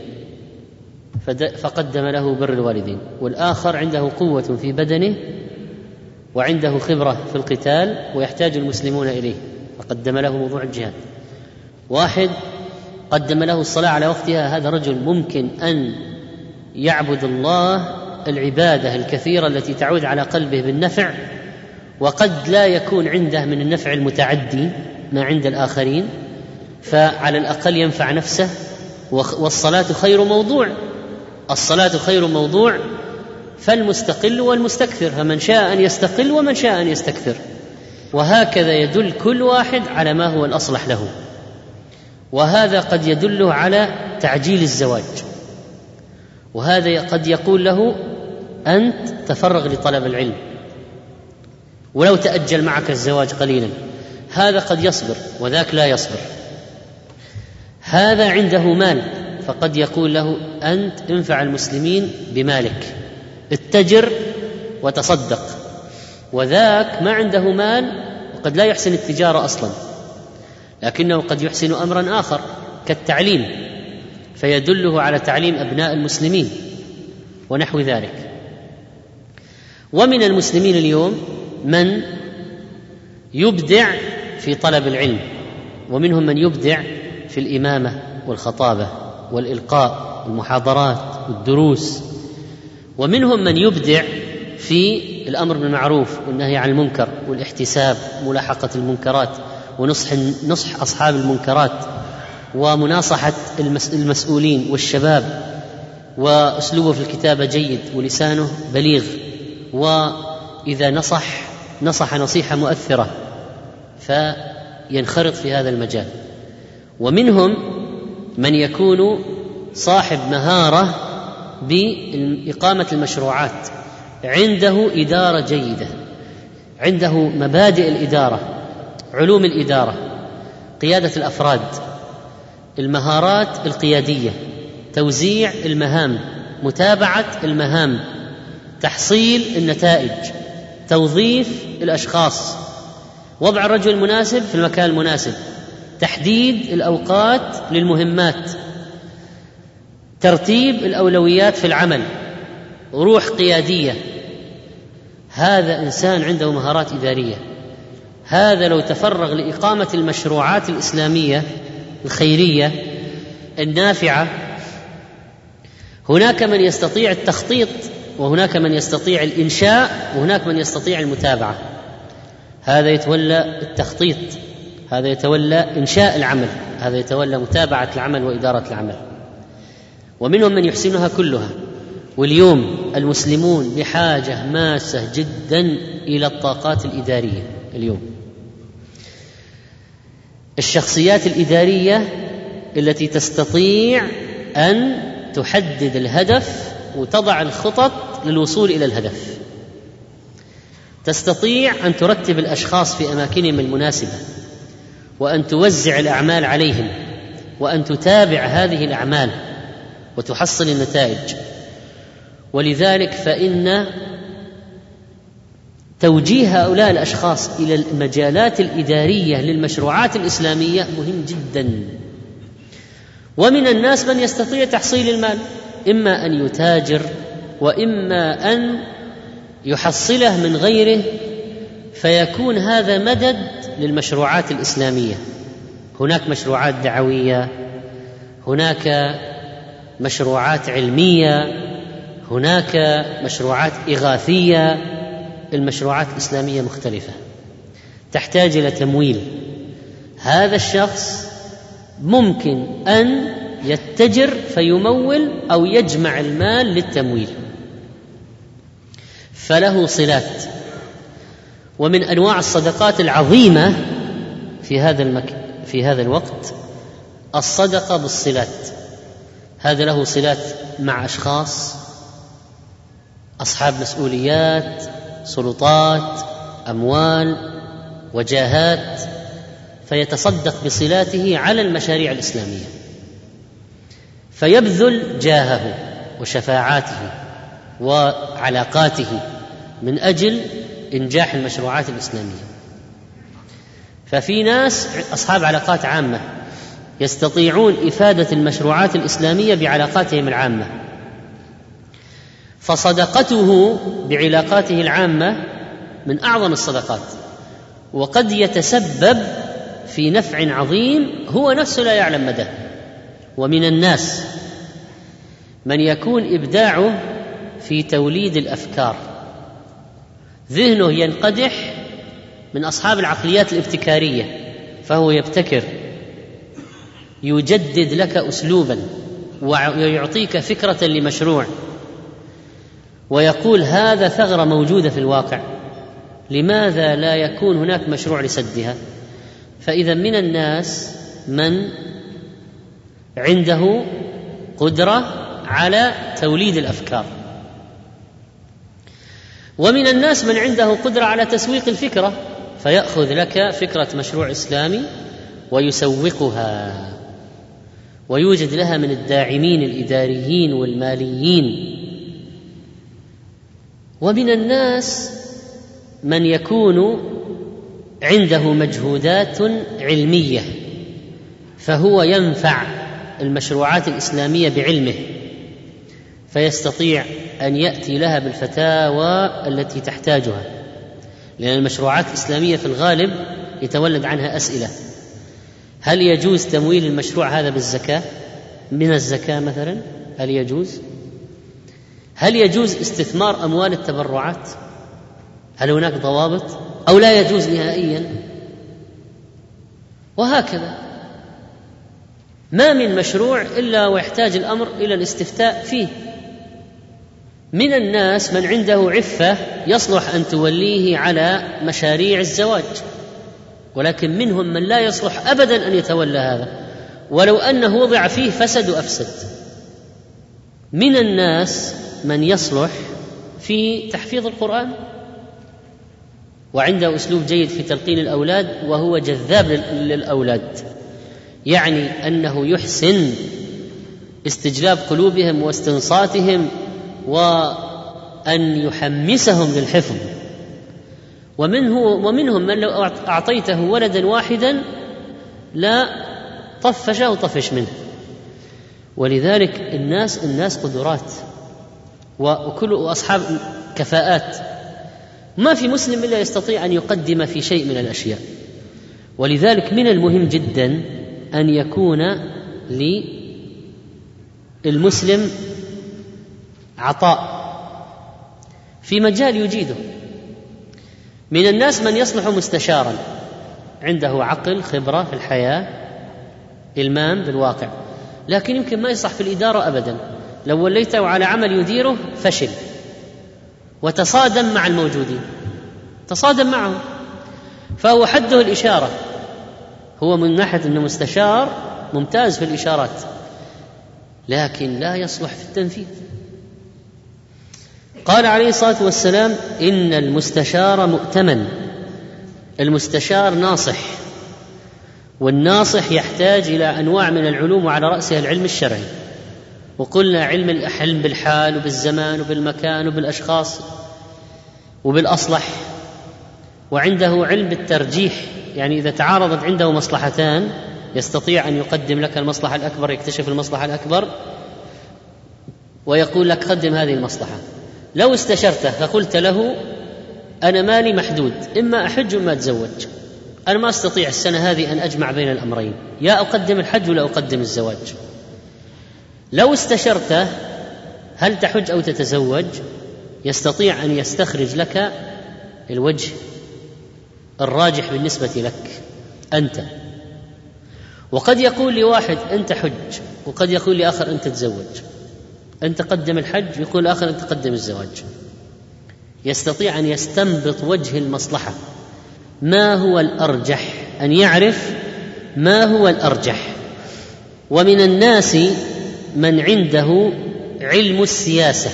فقدم له بر الوالدين، والآخر عنده قوة في بدنه وعنده خبرة في القتال ويحتاج المسلمون إليه فقدم له موضوع الجهاد. واحد قدم له الصلاة على وقتها، هذا رجل ممكن أن يعبد الله العبادة الكثيرة التي تعود على قلبه بالنفع، وقد لا يكون عنده من النفع المتعدي ما عند الآخرين، فعلى الأقل ينفع نفسه. والصلاة خير موضوع، الصلاة خير موضوع، فالمستقل والمستكثر، فمن شاء أن يستقل ومن شاء أن يستكثر. وهكذا يدل كل واحد على ما هو الأصلح له. وهذا قد يدله على تعجيل الزواج، وهذا قد يقول له أنت تفرغ لطلب العلم ولو تأجل معك الزواج قليلا. هذا قد يصبر وذاك لا يصبر. هذا عنده مال فقد يقول له أنت انفع المسلمين بمالك، اتجر وتصدق. وذاك ما عنده مال وقد لا يحسن التجارة أصلا، لكنه قد يحسن أمرا آخر كالتعليم، فيدله على تعليم أبناء المسلمين ونحو ذلك. ومن المسلمين اليوم من يبدع في طلب العلم، ومنهم من يبدع في الإمامة والخطابة والإلقاء والمحاضرات والدروس، ومنهم من يبدع في الأمر بالمعروف والنهي عن المنكر والاحتساب وملاحقة المنكرات ونصح نصح أصحاب المنكرات ومناصحة المسؤولين والشباب، وأسلوبه في الكتابة جيد ولسانه بليغ، وإذا نصح نصح نصيحة مؤثرة فينخرط في هذا المجال. ومنهم من يكون صاحب مهارة بإقامة المشروعات، عنده إدارة جيدة، عنده مبادئ الإدارة، علوم الإدارة، قيادة الأفراد، المهارات القيادية، توزيع المهام، متابعة المهام، تحصيل النتائج، توظيف الأشخاص، وضع الرجل المناسب في المكان المناسب، تحديد الأوقات للمهمات، ترتيب الأولويات في العمل، روح قيادية. هذا إنسان عنده مهارات إدارية. هذا لو تفرغ لإقامة المشروعات الإسلامية الخيرية النافعة، هناك من يستطيع التخطيط، وهناك من يستطيع الإنشاء، وهناك من يستطيع المتابعة. هذا يتولى التخطيط، هذا يتولى إنشاء العمل، هذا يتولى متابعة العمل وإدارة العمل. ومنهم من يحسنها كلها. واليوم المسلمون بحاجة ماسة جدا إلى الطاقات الإدارية. اليوم الشخصيات الإدارية التي تستطيع أن تحدد الهدف وتضع الخطط للوصول إلى الهدف، تستطيع أن ترتب الأشخاص في أماكنهم المناسبة، وأن توزع الأعمال عليهم، وأن تتابع هذه الأعمال وتحصل النتائج. ولذلك فإن توجيه هؤلاء الأشخاص إلى المجالات الإدارية للمشروعات الإسلامية مهم جدا. ومن الناس من يستطيع تحصيل المال، إما أن يتاجر وإما أن يحصله من غيره، فيكون هذا مدد للمشروعات الإسلامية. هناك مشروعات دعوية، هناك مشروعات علمية، هناك مشروعات إغاثية. المشروعات الإسلامية مختلفة، تحتاج إلى تمويل. هذا الشخص ممكن أن يتجر فيمول أو يجمع المال للتمويل، فله صلات. ومن أنواع الصدقات العظيمة في هذا المك... في هذا الوقت الصدقة بالصلات. هذا له صلات مع أشخاص أصحاب مسؤوليات، سلطات، أموال، وجاهات، فيتصدق بصلاته على المشاريع الإسلامية، فيبذل جاهه وشفاعاته وعلاقاته من أجل إنجاح المشروعات الإسلامية. ففي ناس أصحاب علاقات عامة يستطيعون إفادة المشروعات الإسلامية بعلاقاتهم العامة، فصدقته بعلاقاته العامة من أعظم الصدقات، وقد يتسبب في نفع عظيم هو نفسه لا يعلم مداه. ومن الناس من يكون إبداعه في توليد الأفكار، ذهنه ينقدح من أصحاب العقليات الابتكارية، فهو يبتكر، يجدد لك أسلوبا ويعطيك فكرة لمشروع، ويقول هذا ثغرة موجودة في الواقع، لماذا لا يكون هناك مشروع لسدها؟ فإذا من الناس من عنده قدرة على توليد الأفكار، ومن الناس من عنده قدرة على تسويق الفكرة، فيأخذ لك فكرة مشروع إسلامي ويسوقها، ويوجد لها من الداعمين الإداريين والماليين. ومن الناس من يكون عنده مجهودات علمية، فهو ينفع المشروعات الإسلامية بعلمه، فيستطيع أن يأتي لها بالفتاوى التي تحتاجها، لأن المشروعات الإسلامية في الغالب يتولد عنها أسئلة: هل يجوز تمويل المشروع هذا بالزكاة من الزكاة مثلا؟ هل يجوز؟ هل يجوز استثمار أموال التبرعات؟ هل هناك ضوابط أو لا يجوز نهائيا؟ وهكذا ما من مشروع إلا ويحتاج الأمر إلى الاستفتاء فيه. من الناس من عنده عفة يصلح أن توليه على مشاريع الزواج، ولكن منهم من لا يصلح أبدا أن يتولى هذا، ولو أنه وضع فيه فسد وأفسد. من الناس من يصلح في تحفيظ القرآن وعنده أسلوب جيد في تلقين الأولاد، وهو جذاب للأولاد، يعني أنه يحسن استجلاب قلوبهم واستنصاتهم وأن يحمسهم للحفظ. ومنه ومنهم من لو أعطيته ولدا واحدا لا طفش أو طفش منه. ولذلك الناس الناس قدرات وكل أصحاب كفاءات، ما في مسلم إلا يستطيع أن يقدم في شيء من الأشياء. ولذلك من المهم جدا أن يكون للمسلم عطاء في مجال يجيده. من الناس من يصلح مستشارا، عنده عقل، خبرة في الحياة، إلمام بالواقع، لكن يمكن ما يصلح في الإدارة أبدا. لو وليته على عمل يديره فشل وتصادم مع الموجودين، تصادم معهم، فهو حده الإشارة. هو من ناحية أنه مستشار ممتاز في الإشارات، لكن لا يصلح في التنفيذ. قال عليه الصلاة والسلام: إن المستشار مؤتمن. المستشار ناصح، والناصح يحتاج إلى أنواع من العلوم، وعلى رأسها العلم الشرعي. وقلنا علم الحلم بالحال وبالزمان وبالمكان وبالأشخاص وبالأصلح. وعنده علم بالترجيح، يعني إذا تعارضت عنده مصلحتان يستطيع أن يقدم لك المصلحة الأكبر، يكتشف المصلحة الأكبر ويقول لك قدم هذه المصلحة. لو استشرته فقلت له: أنا مالي محدود، إما أحج وإما أتزوج، أنا ما أستطيع السنة هذه أن أجمع بين الأمرين، يا أقدم الحج ولا أقدم الزواج. لو استشرته هل تحج أو تتزوج، يستطيع أن يستخرج لك الوجه الراجح بالنسبة لك أنت. وقد يقول لواحد: أنت حج، وقد يقول لآخر: أنت تزوج. أنت قدم الحج، يقول آخر: أنت قدم الزواج. يستطيع أن يستنبط وجه المصلحة، ما هو الأرجح، أن يعرف ما هو الأرجح. ومن الناس من عنده علم السياسة،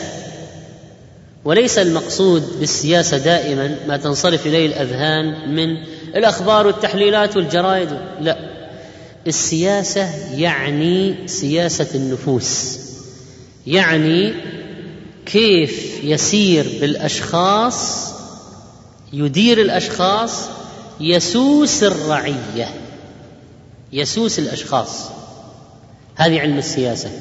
وليس المقصود بالسياسة دائما ما تنصرف إليه الأذهان من الأخبار والتحليلات والجرائد، لا، السياسة يعني سياسة النفوس، يعني كيف يسير بالأشخاص، يدير الأشخاص، يسوس الرعية، يسوس الأشخاص. هذه علم السياسة.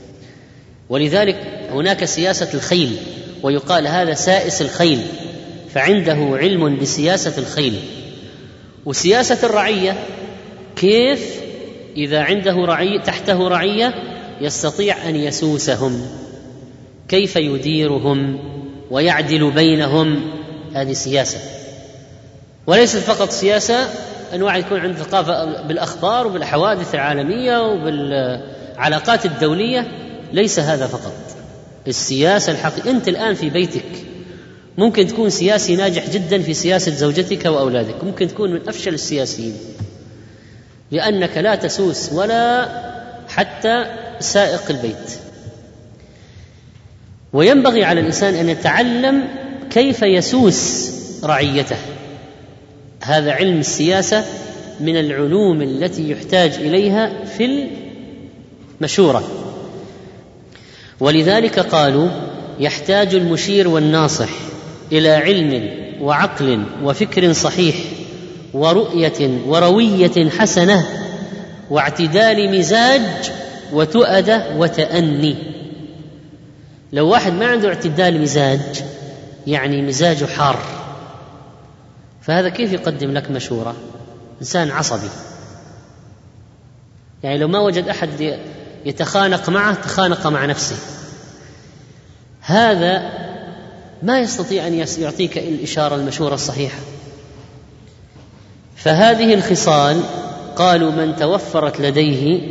ولذلك هناك سياسة الخيل، ويقال هذا سائس الخيل، فعنده علم بسياسة الخيل. وسياسة الرعية كيف إذا عنده رعية تحته رعية يستطيع أن يسوسهم، كيف يديرهم ويعدل بينهم. هذه سياسة. وليست فقط سياسة أن واحد يكون عنده ثقافة بالأخبار وبالحوادث العالمية وبالعلاقات الدولية، ليس هذا فقط. السياسة الحقيقية، أنت الآن في بيتك ممكن تكون سياسي ناجح جدا في سياسة زوجتك وأولادك، ممكن تكون من أفشل السياسيين، لأنك لا تسوس ولا حتى سائق البيت. وينبغي على الإنسان أن يتعلم كيف يسوس رعيته. هذا علم السياسة من العلوم التي يحتاج إليها في المشورة. ولذلك قالوا: يحتاج المشير والناصح إلى علم وعقل وفكر صحيح ورؤية وروية حسنة واعتدال مزاج وتؤدة وتأني. لو واحد ما عنده اعتدال مزاج، يعني مزاجه حار، فهذا كيف يقدم لك مشورة؟ إنسان عصبي، يعني لو ما وجد أحد يتخانق معه تخانق مع نفسه. هذا ما يستطيع أن يعطيك الإشارة المشورة الصحيحة. فهذه الخصال قالوا من توفرت لديه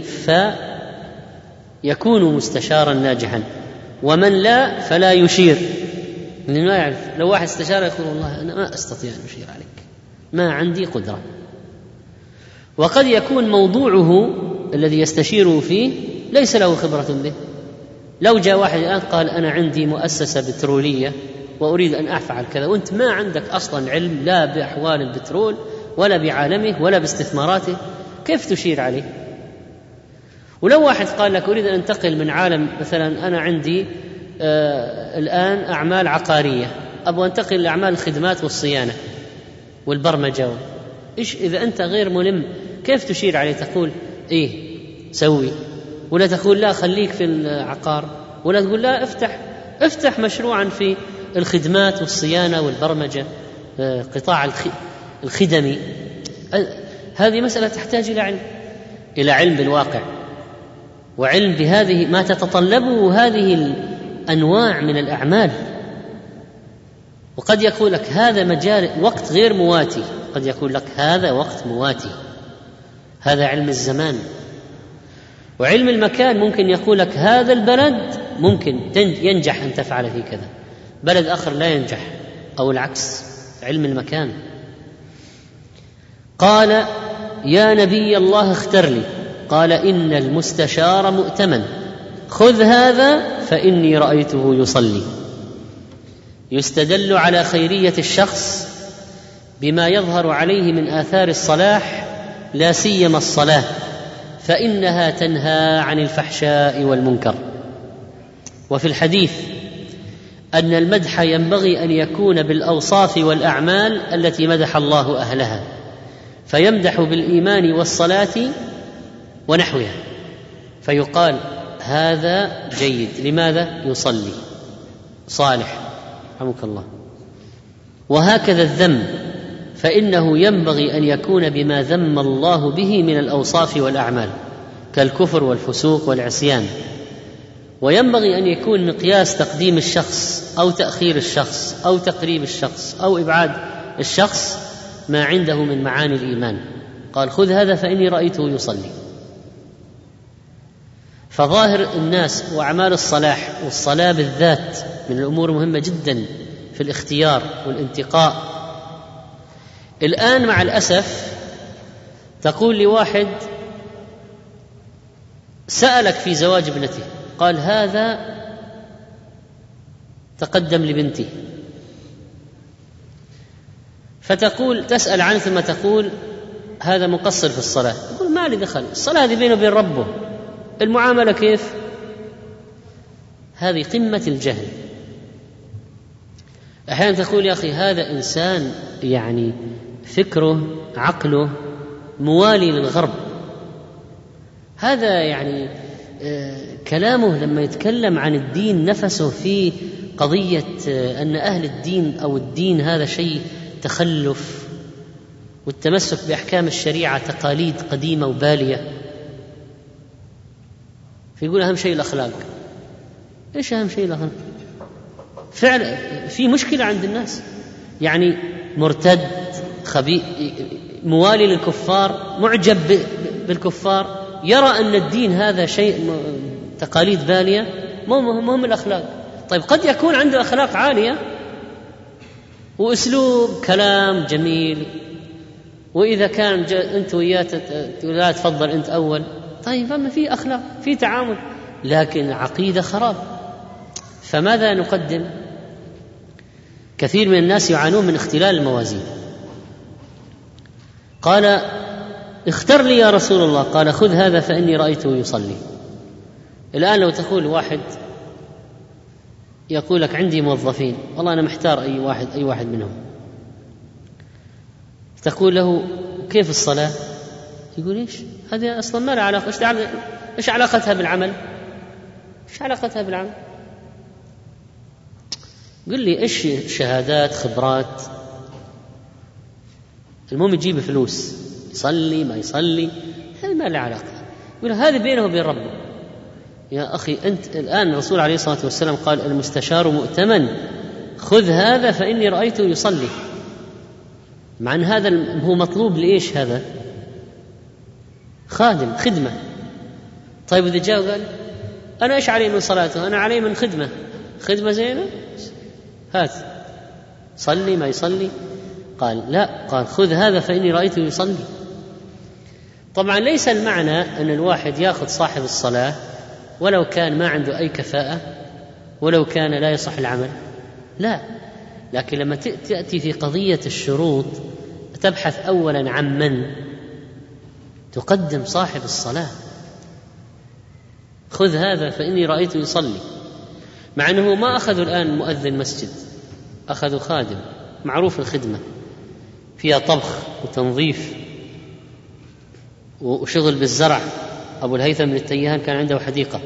فيكون مستشارا ناجحا، ومن لا فلا يشير، لأنه ما يعرف. لو واحد استشار يقول والله أنا ما أستطيع أن أشير عليك، ما عندي قدرة. وقد يكون موضوعه الذي يستشيره فيه ليس له خبرة به. لو جاء واحد الآن قال أنا عندي مؤسسة بترولية وأريد أن أفعل كذا، وأنت ما عندك أصلا علم لا بأحوال البترول ولا بعالمه ولا باستثماراته، كيف تشير عليه؟ ولو واحد قال لك أريد أن أنتقل من عالم، مثلا أنا عندي آه الآن أعمال عقارية، أبغى أنتقل لأعمال الخدمات والصيانة والبرمجة، إيش إذا أنت غير ملم كيف تشير عليه؟ تقول إيه سوي، ولا تقول لا خليك في العقار، ولا تقول لا افتح افتح مشروعا في الخدمات والصيانة والبرمجة، آه قطاع الخدمي. هذه مسألة تحتاج إلى علم، إلى علم بالواقع، وعلم بهذه ما تتطلبه هذه الأنواع من الأعمال. وقد يقول لك هذا مجال وقت غير مواتي، قد يقول لك هذا وقت مواتي، هذا علم الزمان. وعلم المكان ممكن يقول لك هذا البلد ممكن ينجح أن تفعل فيه كذا، بلد آخر لا ينجح، أو العكس. علم المكان. قال يا نبي الله اختر لي، قال إن المستشار مؤتمن، خذ هذا فإني رأيته يصلي. يستدل على خيرية الشخص بما يظهر عليه من آثار الصلاح، لا سيما الصلاة، فإنها تنهى عن الفحشاء والمنكر. وفي الحديث أن المدح ينبغي أن يكون بالأوصاف والأعمال التي مدح الله أهلها، فيمدح بالإيمان والصلاة ونحوها، فيقال هذا جيد. لماذا؟ يصلي، صالح، رحمك الله. وهكذا الذم، فإنه ينبغي أن يكون بما ذم الله به من الأوصاف والأعمال كالكفر والفسوق والعصيان. وينبغي أن يكون مقياس تقديم الشخص أو تأخير الشخص أو تقريب الشخص أو إبعاد الشخص ما عنده من معاني الإيمان. قال خذ هذا فإني رأيته يصلي. فظاهر الناس وأعمال الصلاح والصلاة بالذات من الأمور مهمة جدا في الاختيار والانتقاء. الآن مع الأسف تقول لواحد سألك في زواج ابنته، قال هذا تقدم لبنتي، فتقول تسأل عنه ثم تقول هذا مقصر في الصلاة، يقول ما لي دخل، الصلاة هذه بينه وبين ربه، المعاملة كيف؟ هذه قمة الجهل. أحيانا تقول يا أخي هذا إنسان يعني فكره عقله موالي للغرب، هذا يعني آه كلامه لما يتكلم عن الدين نفسه في قضية آه أن أهل الدين أو الدين هذا شيء تخلف، والتمسك بأحكام الشريعة تقاليد قديمة وبالية. فيقول أهم شيء الأخلاق. إيش أهم شيء الأخلاق؟ فعلا في مشكلة عند الناس، يعني مرتد خبيث موالي للكفار معجب بالكفار، يرى أن الدين هذا شيء تقاليد بالية، مهم الأخلاق. طيب قد يكون عنده أخلاق عالية وأسلوب كلام جميل، وإذا كان أنت وياه لا تفضل أنت أول، طيب أما في أخلاق في تعامل، لكن عقيدة خراب. فماذا نقدم؟ كثير من الناس يعانون من اختلال الموازين. قال اختر لي يا رسول الله، قال خذ هذا فإني رأيته يصلي. الآن لو تقول واحد يقول لك عندي موظفين، والله أنا محتار أي واحد أي واحد منهم، تقول له كيف الصلاة؟ يقول إيش هذه أصلا ما لها علاقة، إيش علاقتها بالعمل؟ إيش علاقتها بالعمل؟ قل لي إيش شهادات خبرات، المهم يجيب فلوس، يصلي ما يصلي هذا ما له علاقة. يقول هذا بينه وبين ربه. يا أخي أنت الآن الرسول عليه الصلاة والسلام قال المستشار مؤتمن، خذ هذا فإني رأيته يصلي، مع أن هذا هو مطلوب لإيش؟ هذا خادم، خدمة. طيب إذا جاء وقال أنا إيش علي من صلاته؟ أنا علي من خدمة، خدمة زينة، هات صلي ما يصلي. قال لا، قال خذ هذا فإني رأيته يصلي. طبعا ليس المعنى أن الواحد يأخذ صاحب الصلاة ولو كان ما عنده أي كفاءة، ولو كان لا يصح العمل، لا. لكن لما تأتي في قضية الشروط تبحث أولا عن من تقدم صاحب الصلاة. خذ هذا فإني رأيته يصلي، مع أنه ما أخذوا الآن مؤذن مسجد، أخذوا خادم معروف الخدمة، فيها طبخ وتنظيف وشغل بالزرع. أبو الهيثم بن التيهان كان عنده حديقة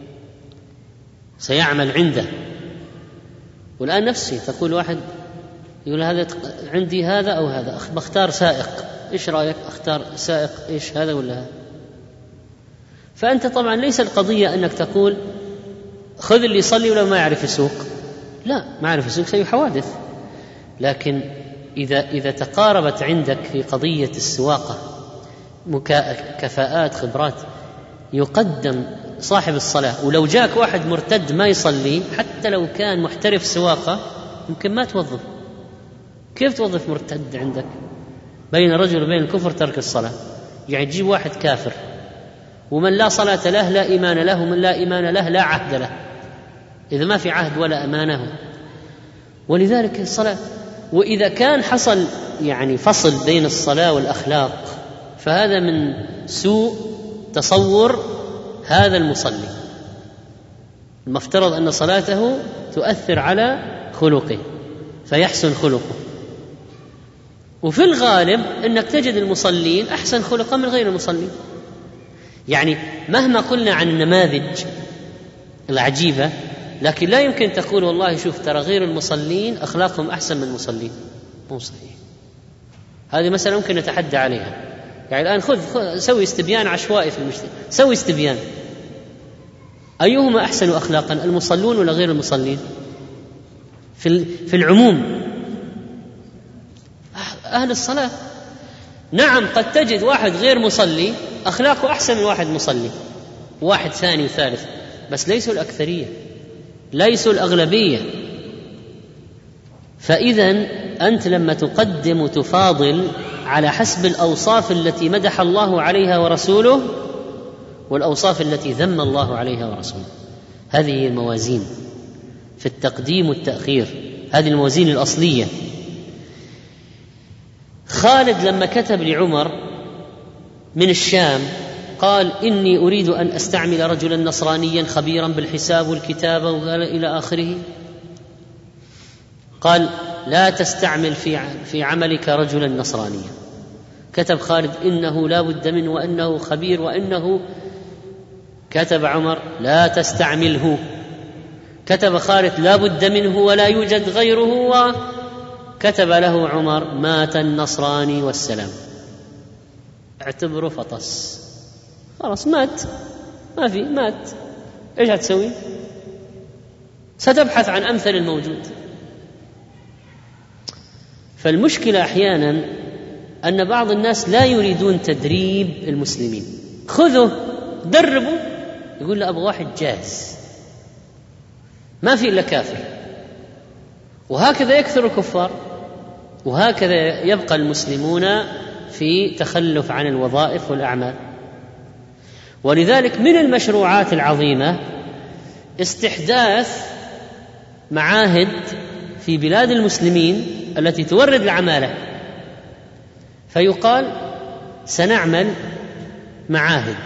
سيعمل عنده. والآن نفسي تقول واحد يقول هذا عندي هذا أو هذا، بختار سائق، إيش رأيك؟ أختار سائق، إيش هذا ولا هذا؟ فأنت طبعا ليس القضية أنك تقول خذ اللي يصلي ولو ما يعرف يسوق، لا، ما يعرف يسوق سيء حوادث. لكن إذا إذا تقاربت عندك في قضية السواقة كفاءات خبرات، يقدم صاحب الصلاة. ولو جاك واحد مرتد ما يصلي، حتى لو كان محترف سواقة يمكن ما توظف. كيف توظف مرتد عندك؟ بين الرجل وبين الكفر ترك الصلاة، يعني تجيب واحد كافر، ومن لا صلاة له لا إيمان له، ومن لا إيمان له لا عهد له. إذا ما في عهد ولا أمانه، ولذلك الصلاة. وإذا كان حصل يعني فصل بين الصلاة والأخلاق، فهذا من سوء تصور هذا المصلي. المفترض أن صلاته تؤثر على خلقه فيحسن خلقه. وفي الغالب أنك تجد المصلين أحسن خلقا من غير المصلين. يعني مهما قلنا عن النماذج العجيبة، لكن لا يمكن تقول والله شوف ترى غير المصلين أخلاقهم أحسن من المصلين، مو صحيح. هذه مسألة ممكن نتحدى عليها. يعني الآن خذ, خذ سوي استبيان عشوائي في المجتمع، سوي استبيان أيهما أحسن أخلاقا، المصلون ولا غير المصلين؟ في في العموم أهل الصلاة. نعم قد تجد واحد غير مصلي أخلاقه أحسن من واحد مصلي، واحد ثاني وثالث، بس ليسوا الأكثرية، ليسوا الأغلبية. فإذا أنت لما تقدم وتفاضل على حسب الأوصاف التي مدح الله عليها ورسوله والأوصاف التي ذم الله عليها ورسوله، هذه هي الموازين في التقديم والتأخير، هذه الموازين الأصلية. خالد لما كتب لعمر من الشام قال إني أريد أن أستعمل رجلا نصرانيا خبيرا بالحساب والكتابة وقال إلى آخره، قال لا تستعمل في في عملك رجلا نصرانيا. كتب خالد إنه لا بد منه وأنه خبير وأنه، كتب عمر لا تستعمله. كتب خالد لا بد منه ولا يوجد غيره، وكتب له عمر مات النصراني والسلام. اعتبره فطس، خلاص مات، ما في، مات. ايش هتسوي؟ ستبحث عن أمثل الموجود. فالمشكلة أحيانا أن بعض الناس لا يريدون تدريب المسلمين. خذوا دربوا، يقول له أبغى واحد جاهز، ما في إلا كافر. وهكذا يكثر الكفار، وهكذا يبقى المسلمون في تخلف عن الوظائف والأعمال. ولذلك من المشروعات العظيمة استحداث معاهد في بلاد المسلمين التي تورد العمالة، فيقال سنعمل معاهد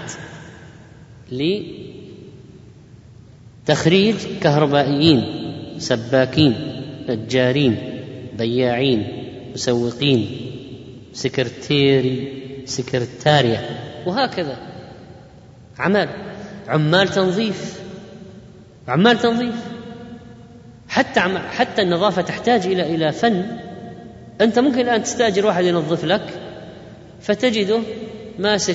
لتخريج كهربائيين، سباكين، نجارين، بياعين، مسوقين، سكرتيري، سكرتارية، وهكذا عمال، عمال تنظيف، عمال تنظيف. حتى عم... حتى النظافة تحتاج إلى إلى فن. أنت ممكن الآن تستأجر واحد ينظف لك، فتجده ماسك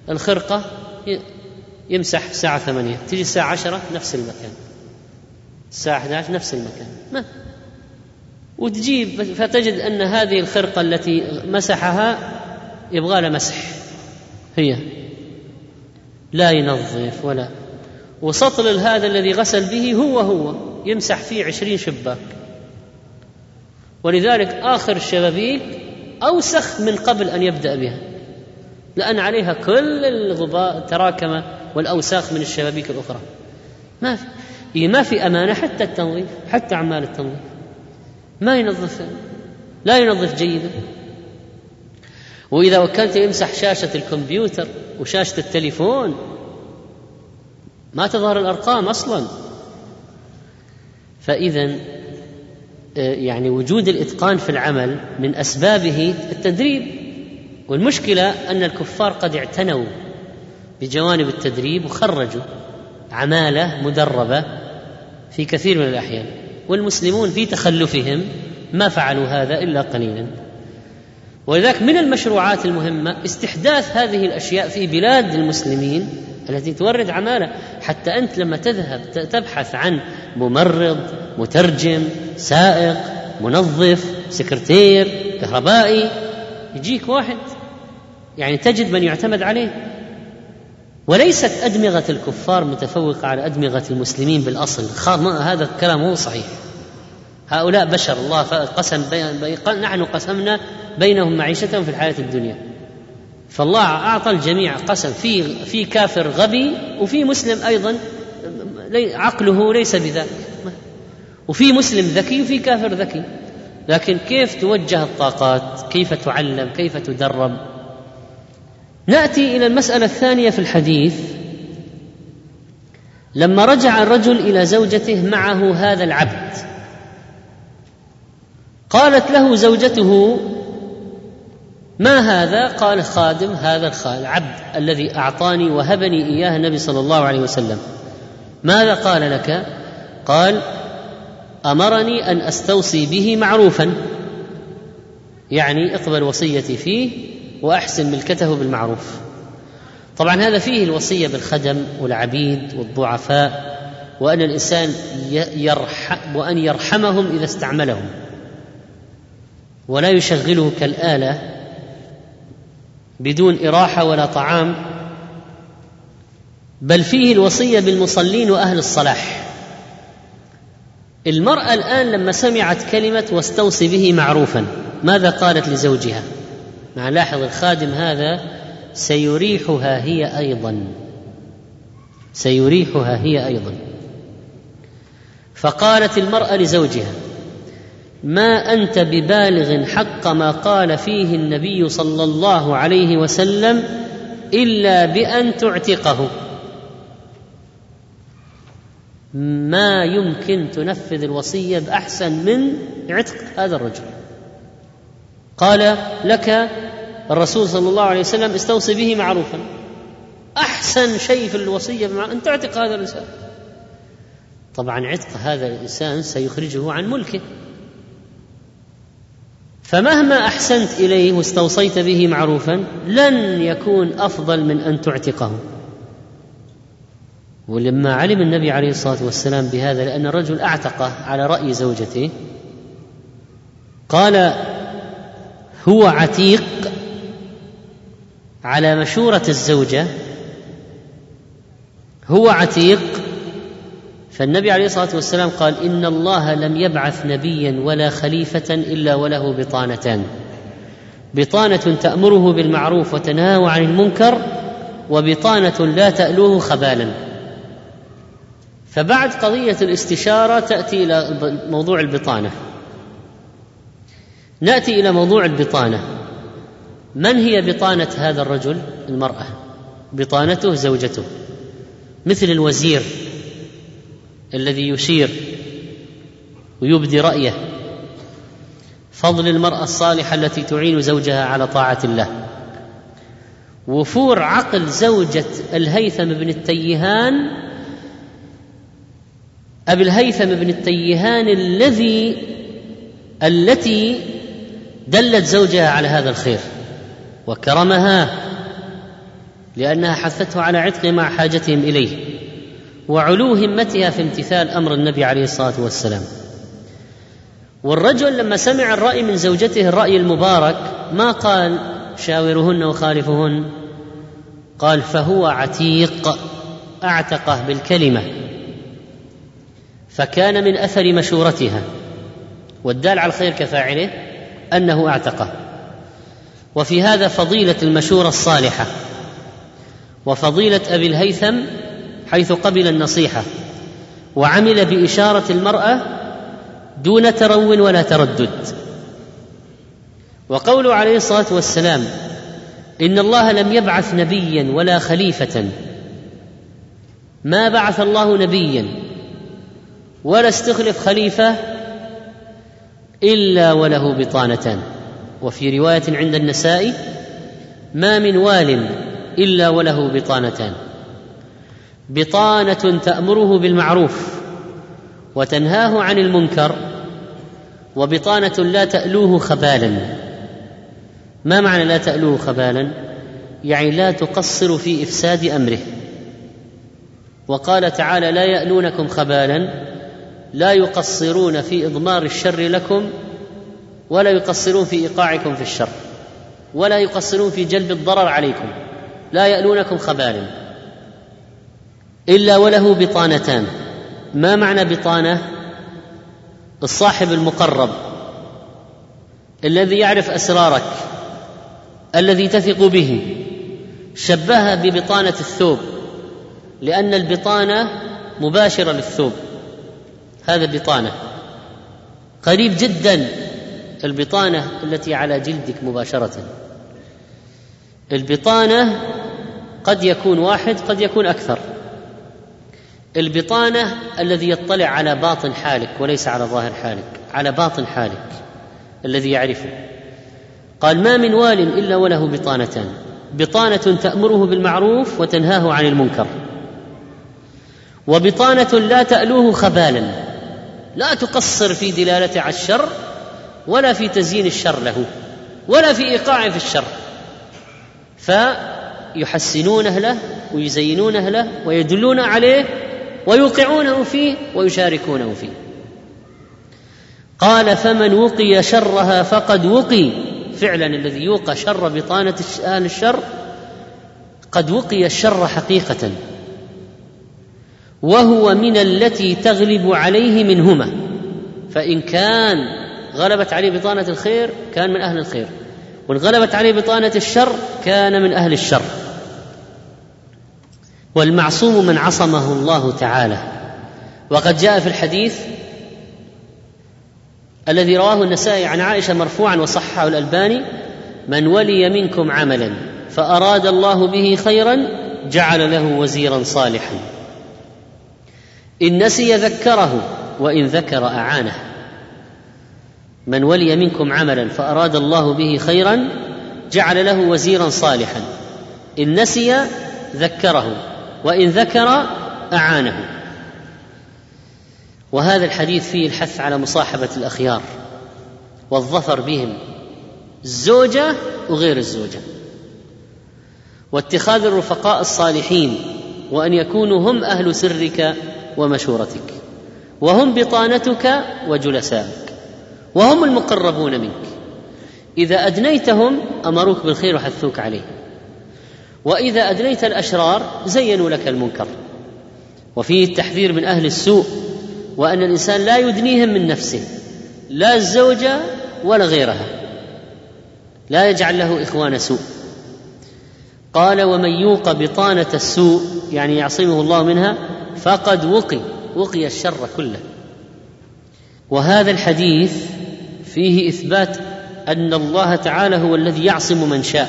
الخرقة يمسح الساعة ثمانية، تجي الساعة عشرة نفس المكان. الساعة إحدى عشر نفس المكان، ما وتجيب فتجد أن هذه الخرقة التي مسحها يبغى لها مسح، هي لا ينظف ولا، وسطل هذا الذي غسل به هو هو يمسح فيه عشرين شباك، ولذلك آخر الشبابيك أوسخ من قبل أن يبدأ بها، لأن عليها كل الغبار تراكم والأوساخ من الشبابيك الأخرى. ما في ما في أمانة، حتى التنظيف، حتى أعمال التنظيف ما ينظف، لا ينظف جيدا. وإذا وكلت يمسح شاشة الكمبيوتر وشاشة التليفون ما تظهر الأرقام أصلا. فإذا يعني وجود الإتقان في العمل من أسبابه التدريب، والمشكلة أن الكفار قد اعتنوا بجوانب التدريب وخرجوا عمالة مدربة في كثير من الأحيان، والمسلمون في تخلفهم ما فعلوا هذا إلا قليلا. ولذلك من المشروعات المهمة استحداث هذه الأشياء في بلاد المسلمين التي تورد عمالة، حتى أنت لما تذهب تبحث عن ممرض، مترجم، سائق، منظف، سكرتير، كهربائي، يجيك واحد يعني تجد من يعتمد عليه. وليست أدمغة الكفار متفوقة على أدمغة المسلمين بالأصل، هذا الكلام مو صحيح. هؤلاء بشر، الله قسم بي... نحن قسمنا بينهم معيشتهم في الحياة الدنيا، فالله أعطى الجميع قسم، في في كافر غبي وفي مسلم أيضا عقله ليس بذاك، وفي مسلم ذكي وفي كافر ذكي، لكن كيف توجه الطاقات، كيف تعلم، كيف تدرب. نأتي إلى المسألة الثانية في الحديث. لما رجع الرجل إلى زوجته معه هذا العبد، قالت له زوجته: ما هذا؟ قال: خادم، هذا العبد الذي أعطاني وهبني إياه النبي صلى الله عليه وسلم. ماذا قال لك؟ قال: أمرني أن أستوصي به معروفا، يعني اقبل وصيتي فيه وأحسن ملكته بالمعروف. طبعا هذا فيه الوصية بالخدم والعبيد والضعفاء، وأن الإنسان يرحم وأن يرحمهم إذا استعملهم، ولا يشغله كالآلة بدون إراحة ولا طعام، بل فيه الوصية بالمصلين وأهل الصلاح. المرأة الآن لما سمعت كلمة واستوصي به معروفا، ماذا قالت لزوجها؟ مع لاحظ الخادم هذا سيريحها هي أيضا، سيريحها هي أيضا. فقالت المرأة لزوجها: ما أنت ببالغ حق ما قال فيه النبي صلى الله عليه وسلم إلا بأن تعتقه. ما يمكن تنفذ الوصية بأحسن من عتق هذا الرجل. قال لك الرسول صلى الله عليه وسلم: استوصي به معروفا. أحسن شيء في الوصية أن تعتق هذا الإنسان. طبعا عتق هذا الإنسان سيخرجه عن ملكه، فمهما أحسنت إليه واستوصيت به معروفا لن يكون أفضل من أن تعتقه. ولما علم النبي عليه الصلاة والسلام بهذا، لأن الرجل أعتقه على رأي زوجته، قال: هو عتيق على مشورة الزوجة، هو عتيق. فالنبي عليه الصلاة والسلام قال: إن الله لم يبعث نبيا ولا خليفة إلا وله بطانتان، بطانة تأمره بالمعروف وتنهاه عن المنكر، وبطانة لا تألوه خبالا. فبعد قضية الاستشارة تأتي إلى موضوع البطانة. نأتي إلى موضوع البطانة. من هي بطانة هذا الرجل؟ المرأة. بطانته زوجته، مثل الوزير الذي يشير ويبدي رأيه. فضل المرأة الصالحة التي تعين زوجها على طاعة الله. وفور عقل زوجة الهيثم بن التيهان، أبي الهيثم بن التيهان الذي التي دلت زوجها على هذا الخير وكرمها، لأنها حثته على عتقه مع حاجتهم إليه. وعلو همتها في امتثال أمر النبي عليه الصلاة والسلام. والرجل لما سمع الرأي من زوجته الرأي المبارك ما قال شاورهن وخالفهن، قال فهو عتيق، أعتقه بالكلمة، فكان من أثر مشورتها، والدال على الخير كفاعله أنه أعتقه. وفي هذا فضيلة المشورة الصالحة، وفضيلة أبي الهيثم حيث قبل النصيحة وعمل بإشارة المرأة دون ترو ولا تردد. وقوله عليه الصلاة والسلام إن الله لم يبعث نبيا ولا خليفة، ما بعث الله نبيا ولا استخلف خليفة إلا وله بطانتان. وفي رواية عند النسائي ما من وال إلا وله بطانتان، بطانة تأمره بالمعروف وتنهاه عن المنكر، وبطانة لا تألوه خبالا. ما معنى لا تألوه خبالا؟ يعني لا تقصر في إفساد أمره. وقال تعالى لا يألونكم خبالا، لا يقصرون في إضمار الشر لكم ولا يقصرون في إيقاعكم في الشر، ولا يقصرون في جلب الضرر عليكم. لا يألونكم خبالا إلا وله بطانتان. ما معنى بطانة؟ الصاحب المقرب الذي يعرف أسرارك الذي تثق به، شبهها ببطانة الثوب، لأن البطانة مباشرة للثوب، هذا البطانة قريب جدا. البطانة التي على جلدك مباشرة، البطانة قد يكون واحد قد يكون أكثر. البطانة الذي يطلع على باطن حالك وليس على ظاهر حالك، على باطن حالك الذي يعرفه. قال ما من وال إلا وله بطانتان، بطانة تأمره بالمعروف وتنهاه عن المنكر، وبطانة لا تألوه خبالا، لا تقصر في دلالته على الشر ولا في تزيين الشر له ولا في إيقاعه في الشر، فيحسنونه له ويزينونه له ويدلون عليه ويوقعونه فيه ويشاركونه فيه. قال فمن وقي شرها فقد وقي، فعلا الذي يوقى شر بطانة أهل الشر قد وقي الشر حقيقة، وهو من التي تغلب عليه منهما. فإن كان غلبت عليه بطانة الخير كان من أهل الخير، وإن غلبت عليه بطانة الشر كان من أهل الشر. والمعصوم من عصمه الله تعالى. وقد جاء في الحديث الذي رواه النسائي عن عائشة مرفوعا وصححه الألباني من ولي منكم عملا فأراد الله به خيرا جعل له وزيرا صالحا، إن نسي ذكره وإن ذكر أعانه. من ولي منكم عملا فأراد الله به خيرا جعل له وزيرا صالحا، إن نسي ذكره وإن ذكر أعانه. وهذا الحديث فيه الحث على مصاحبة الأخيار والظفر بهم، الزوجة وغير الزوجة، واتخاذ الرفقاء الصالحين، وأن يكونوا هم أهل سرك ومشورتك، وهم بطانتك وجلسائك، وهم المقربون منك. إذا أدنيتهم أمروك بالخير وحثوك عليه، وإذا أدنيت الأشرار زينوا لك المنكر. وفيه التحذير من أهل السوء، وأن الإنسان لا يدنيهم من نفسه، لا الزوجة ولا غيرها، لا يجعل له إخوان سوء. قال ومن يوق بطانة السوء يعني يعصمه الله منها فقد وقي وقي الشر كله. وهذا الحديث فيه إثبات أن الله تعالى هو الذي يعصم من شاء،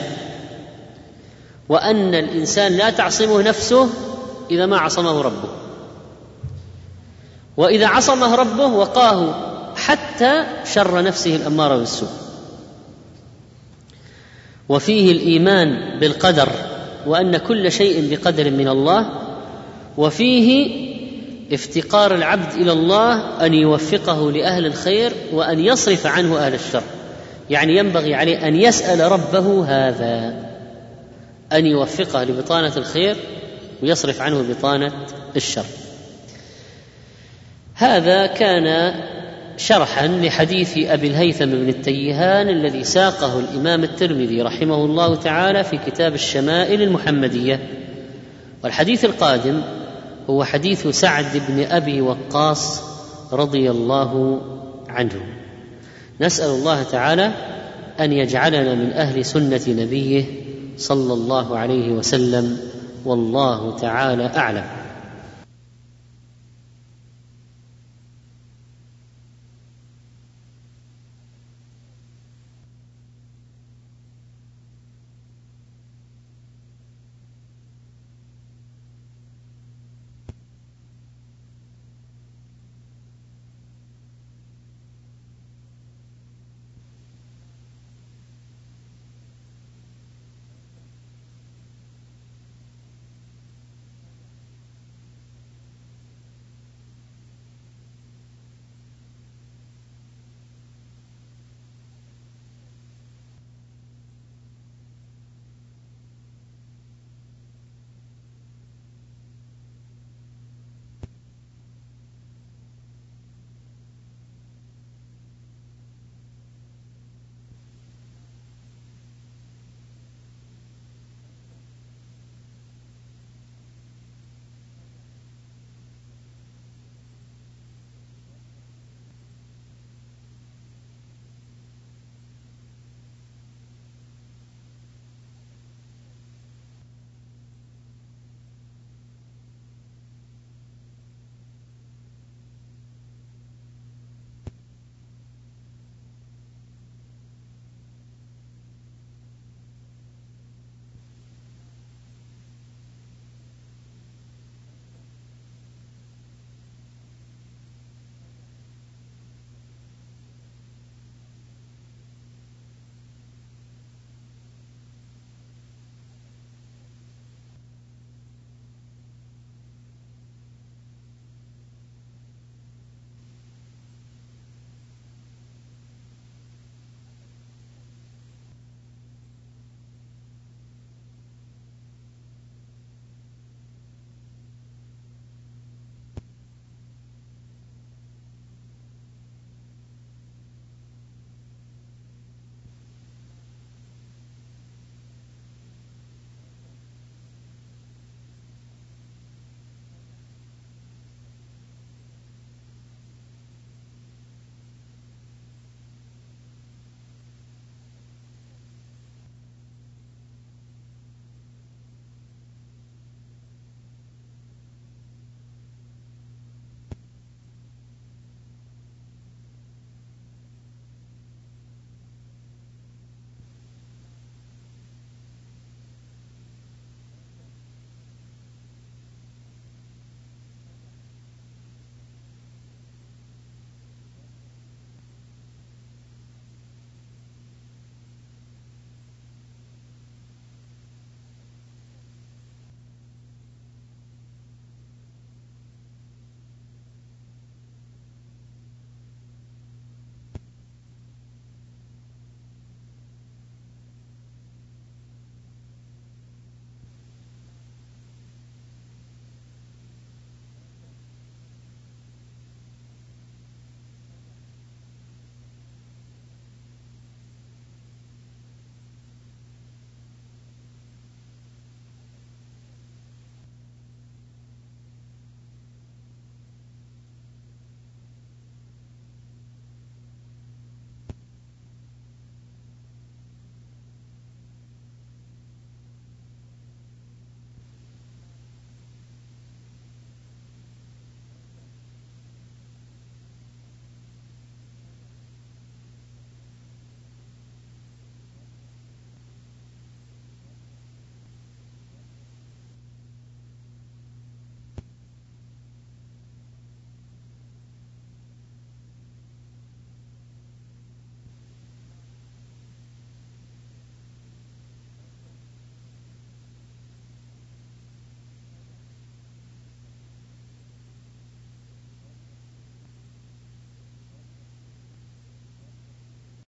وأن الإنسان لا تعصمه نفسه إذا ما عصمه ربه، وإذا عصمه ربه وقاه حتى شر نفسه الأمارة بالسوء. وفيه الإيمان بالقدر، وأن كل شيء بقدر من الله. وفيه افتقار العبد إلى الله أن يوفقه لأهل الخير وأن يصرف عنه أهل الشر، يعني ينبغي عليه أن يسأل ربه هذا، أن يوفقه لبطانة الخير ويصرف عنه بطانة الشر. هذا كان شرحا لحديث أبي الهيثم بن التيهان الذي ساقه الإمام الترمذي رحمه الله تعالى في كتاب الشمائل المحمدية. والحديث القادم هو حديث سعد بن أبي وقاص رضي الله عنه. نسأل الله تعالى أن يجعلنا من أهل سنة نبيه صلى الله عليه وسلم، والله تعالى أعلم.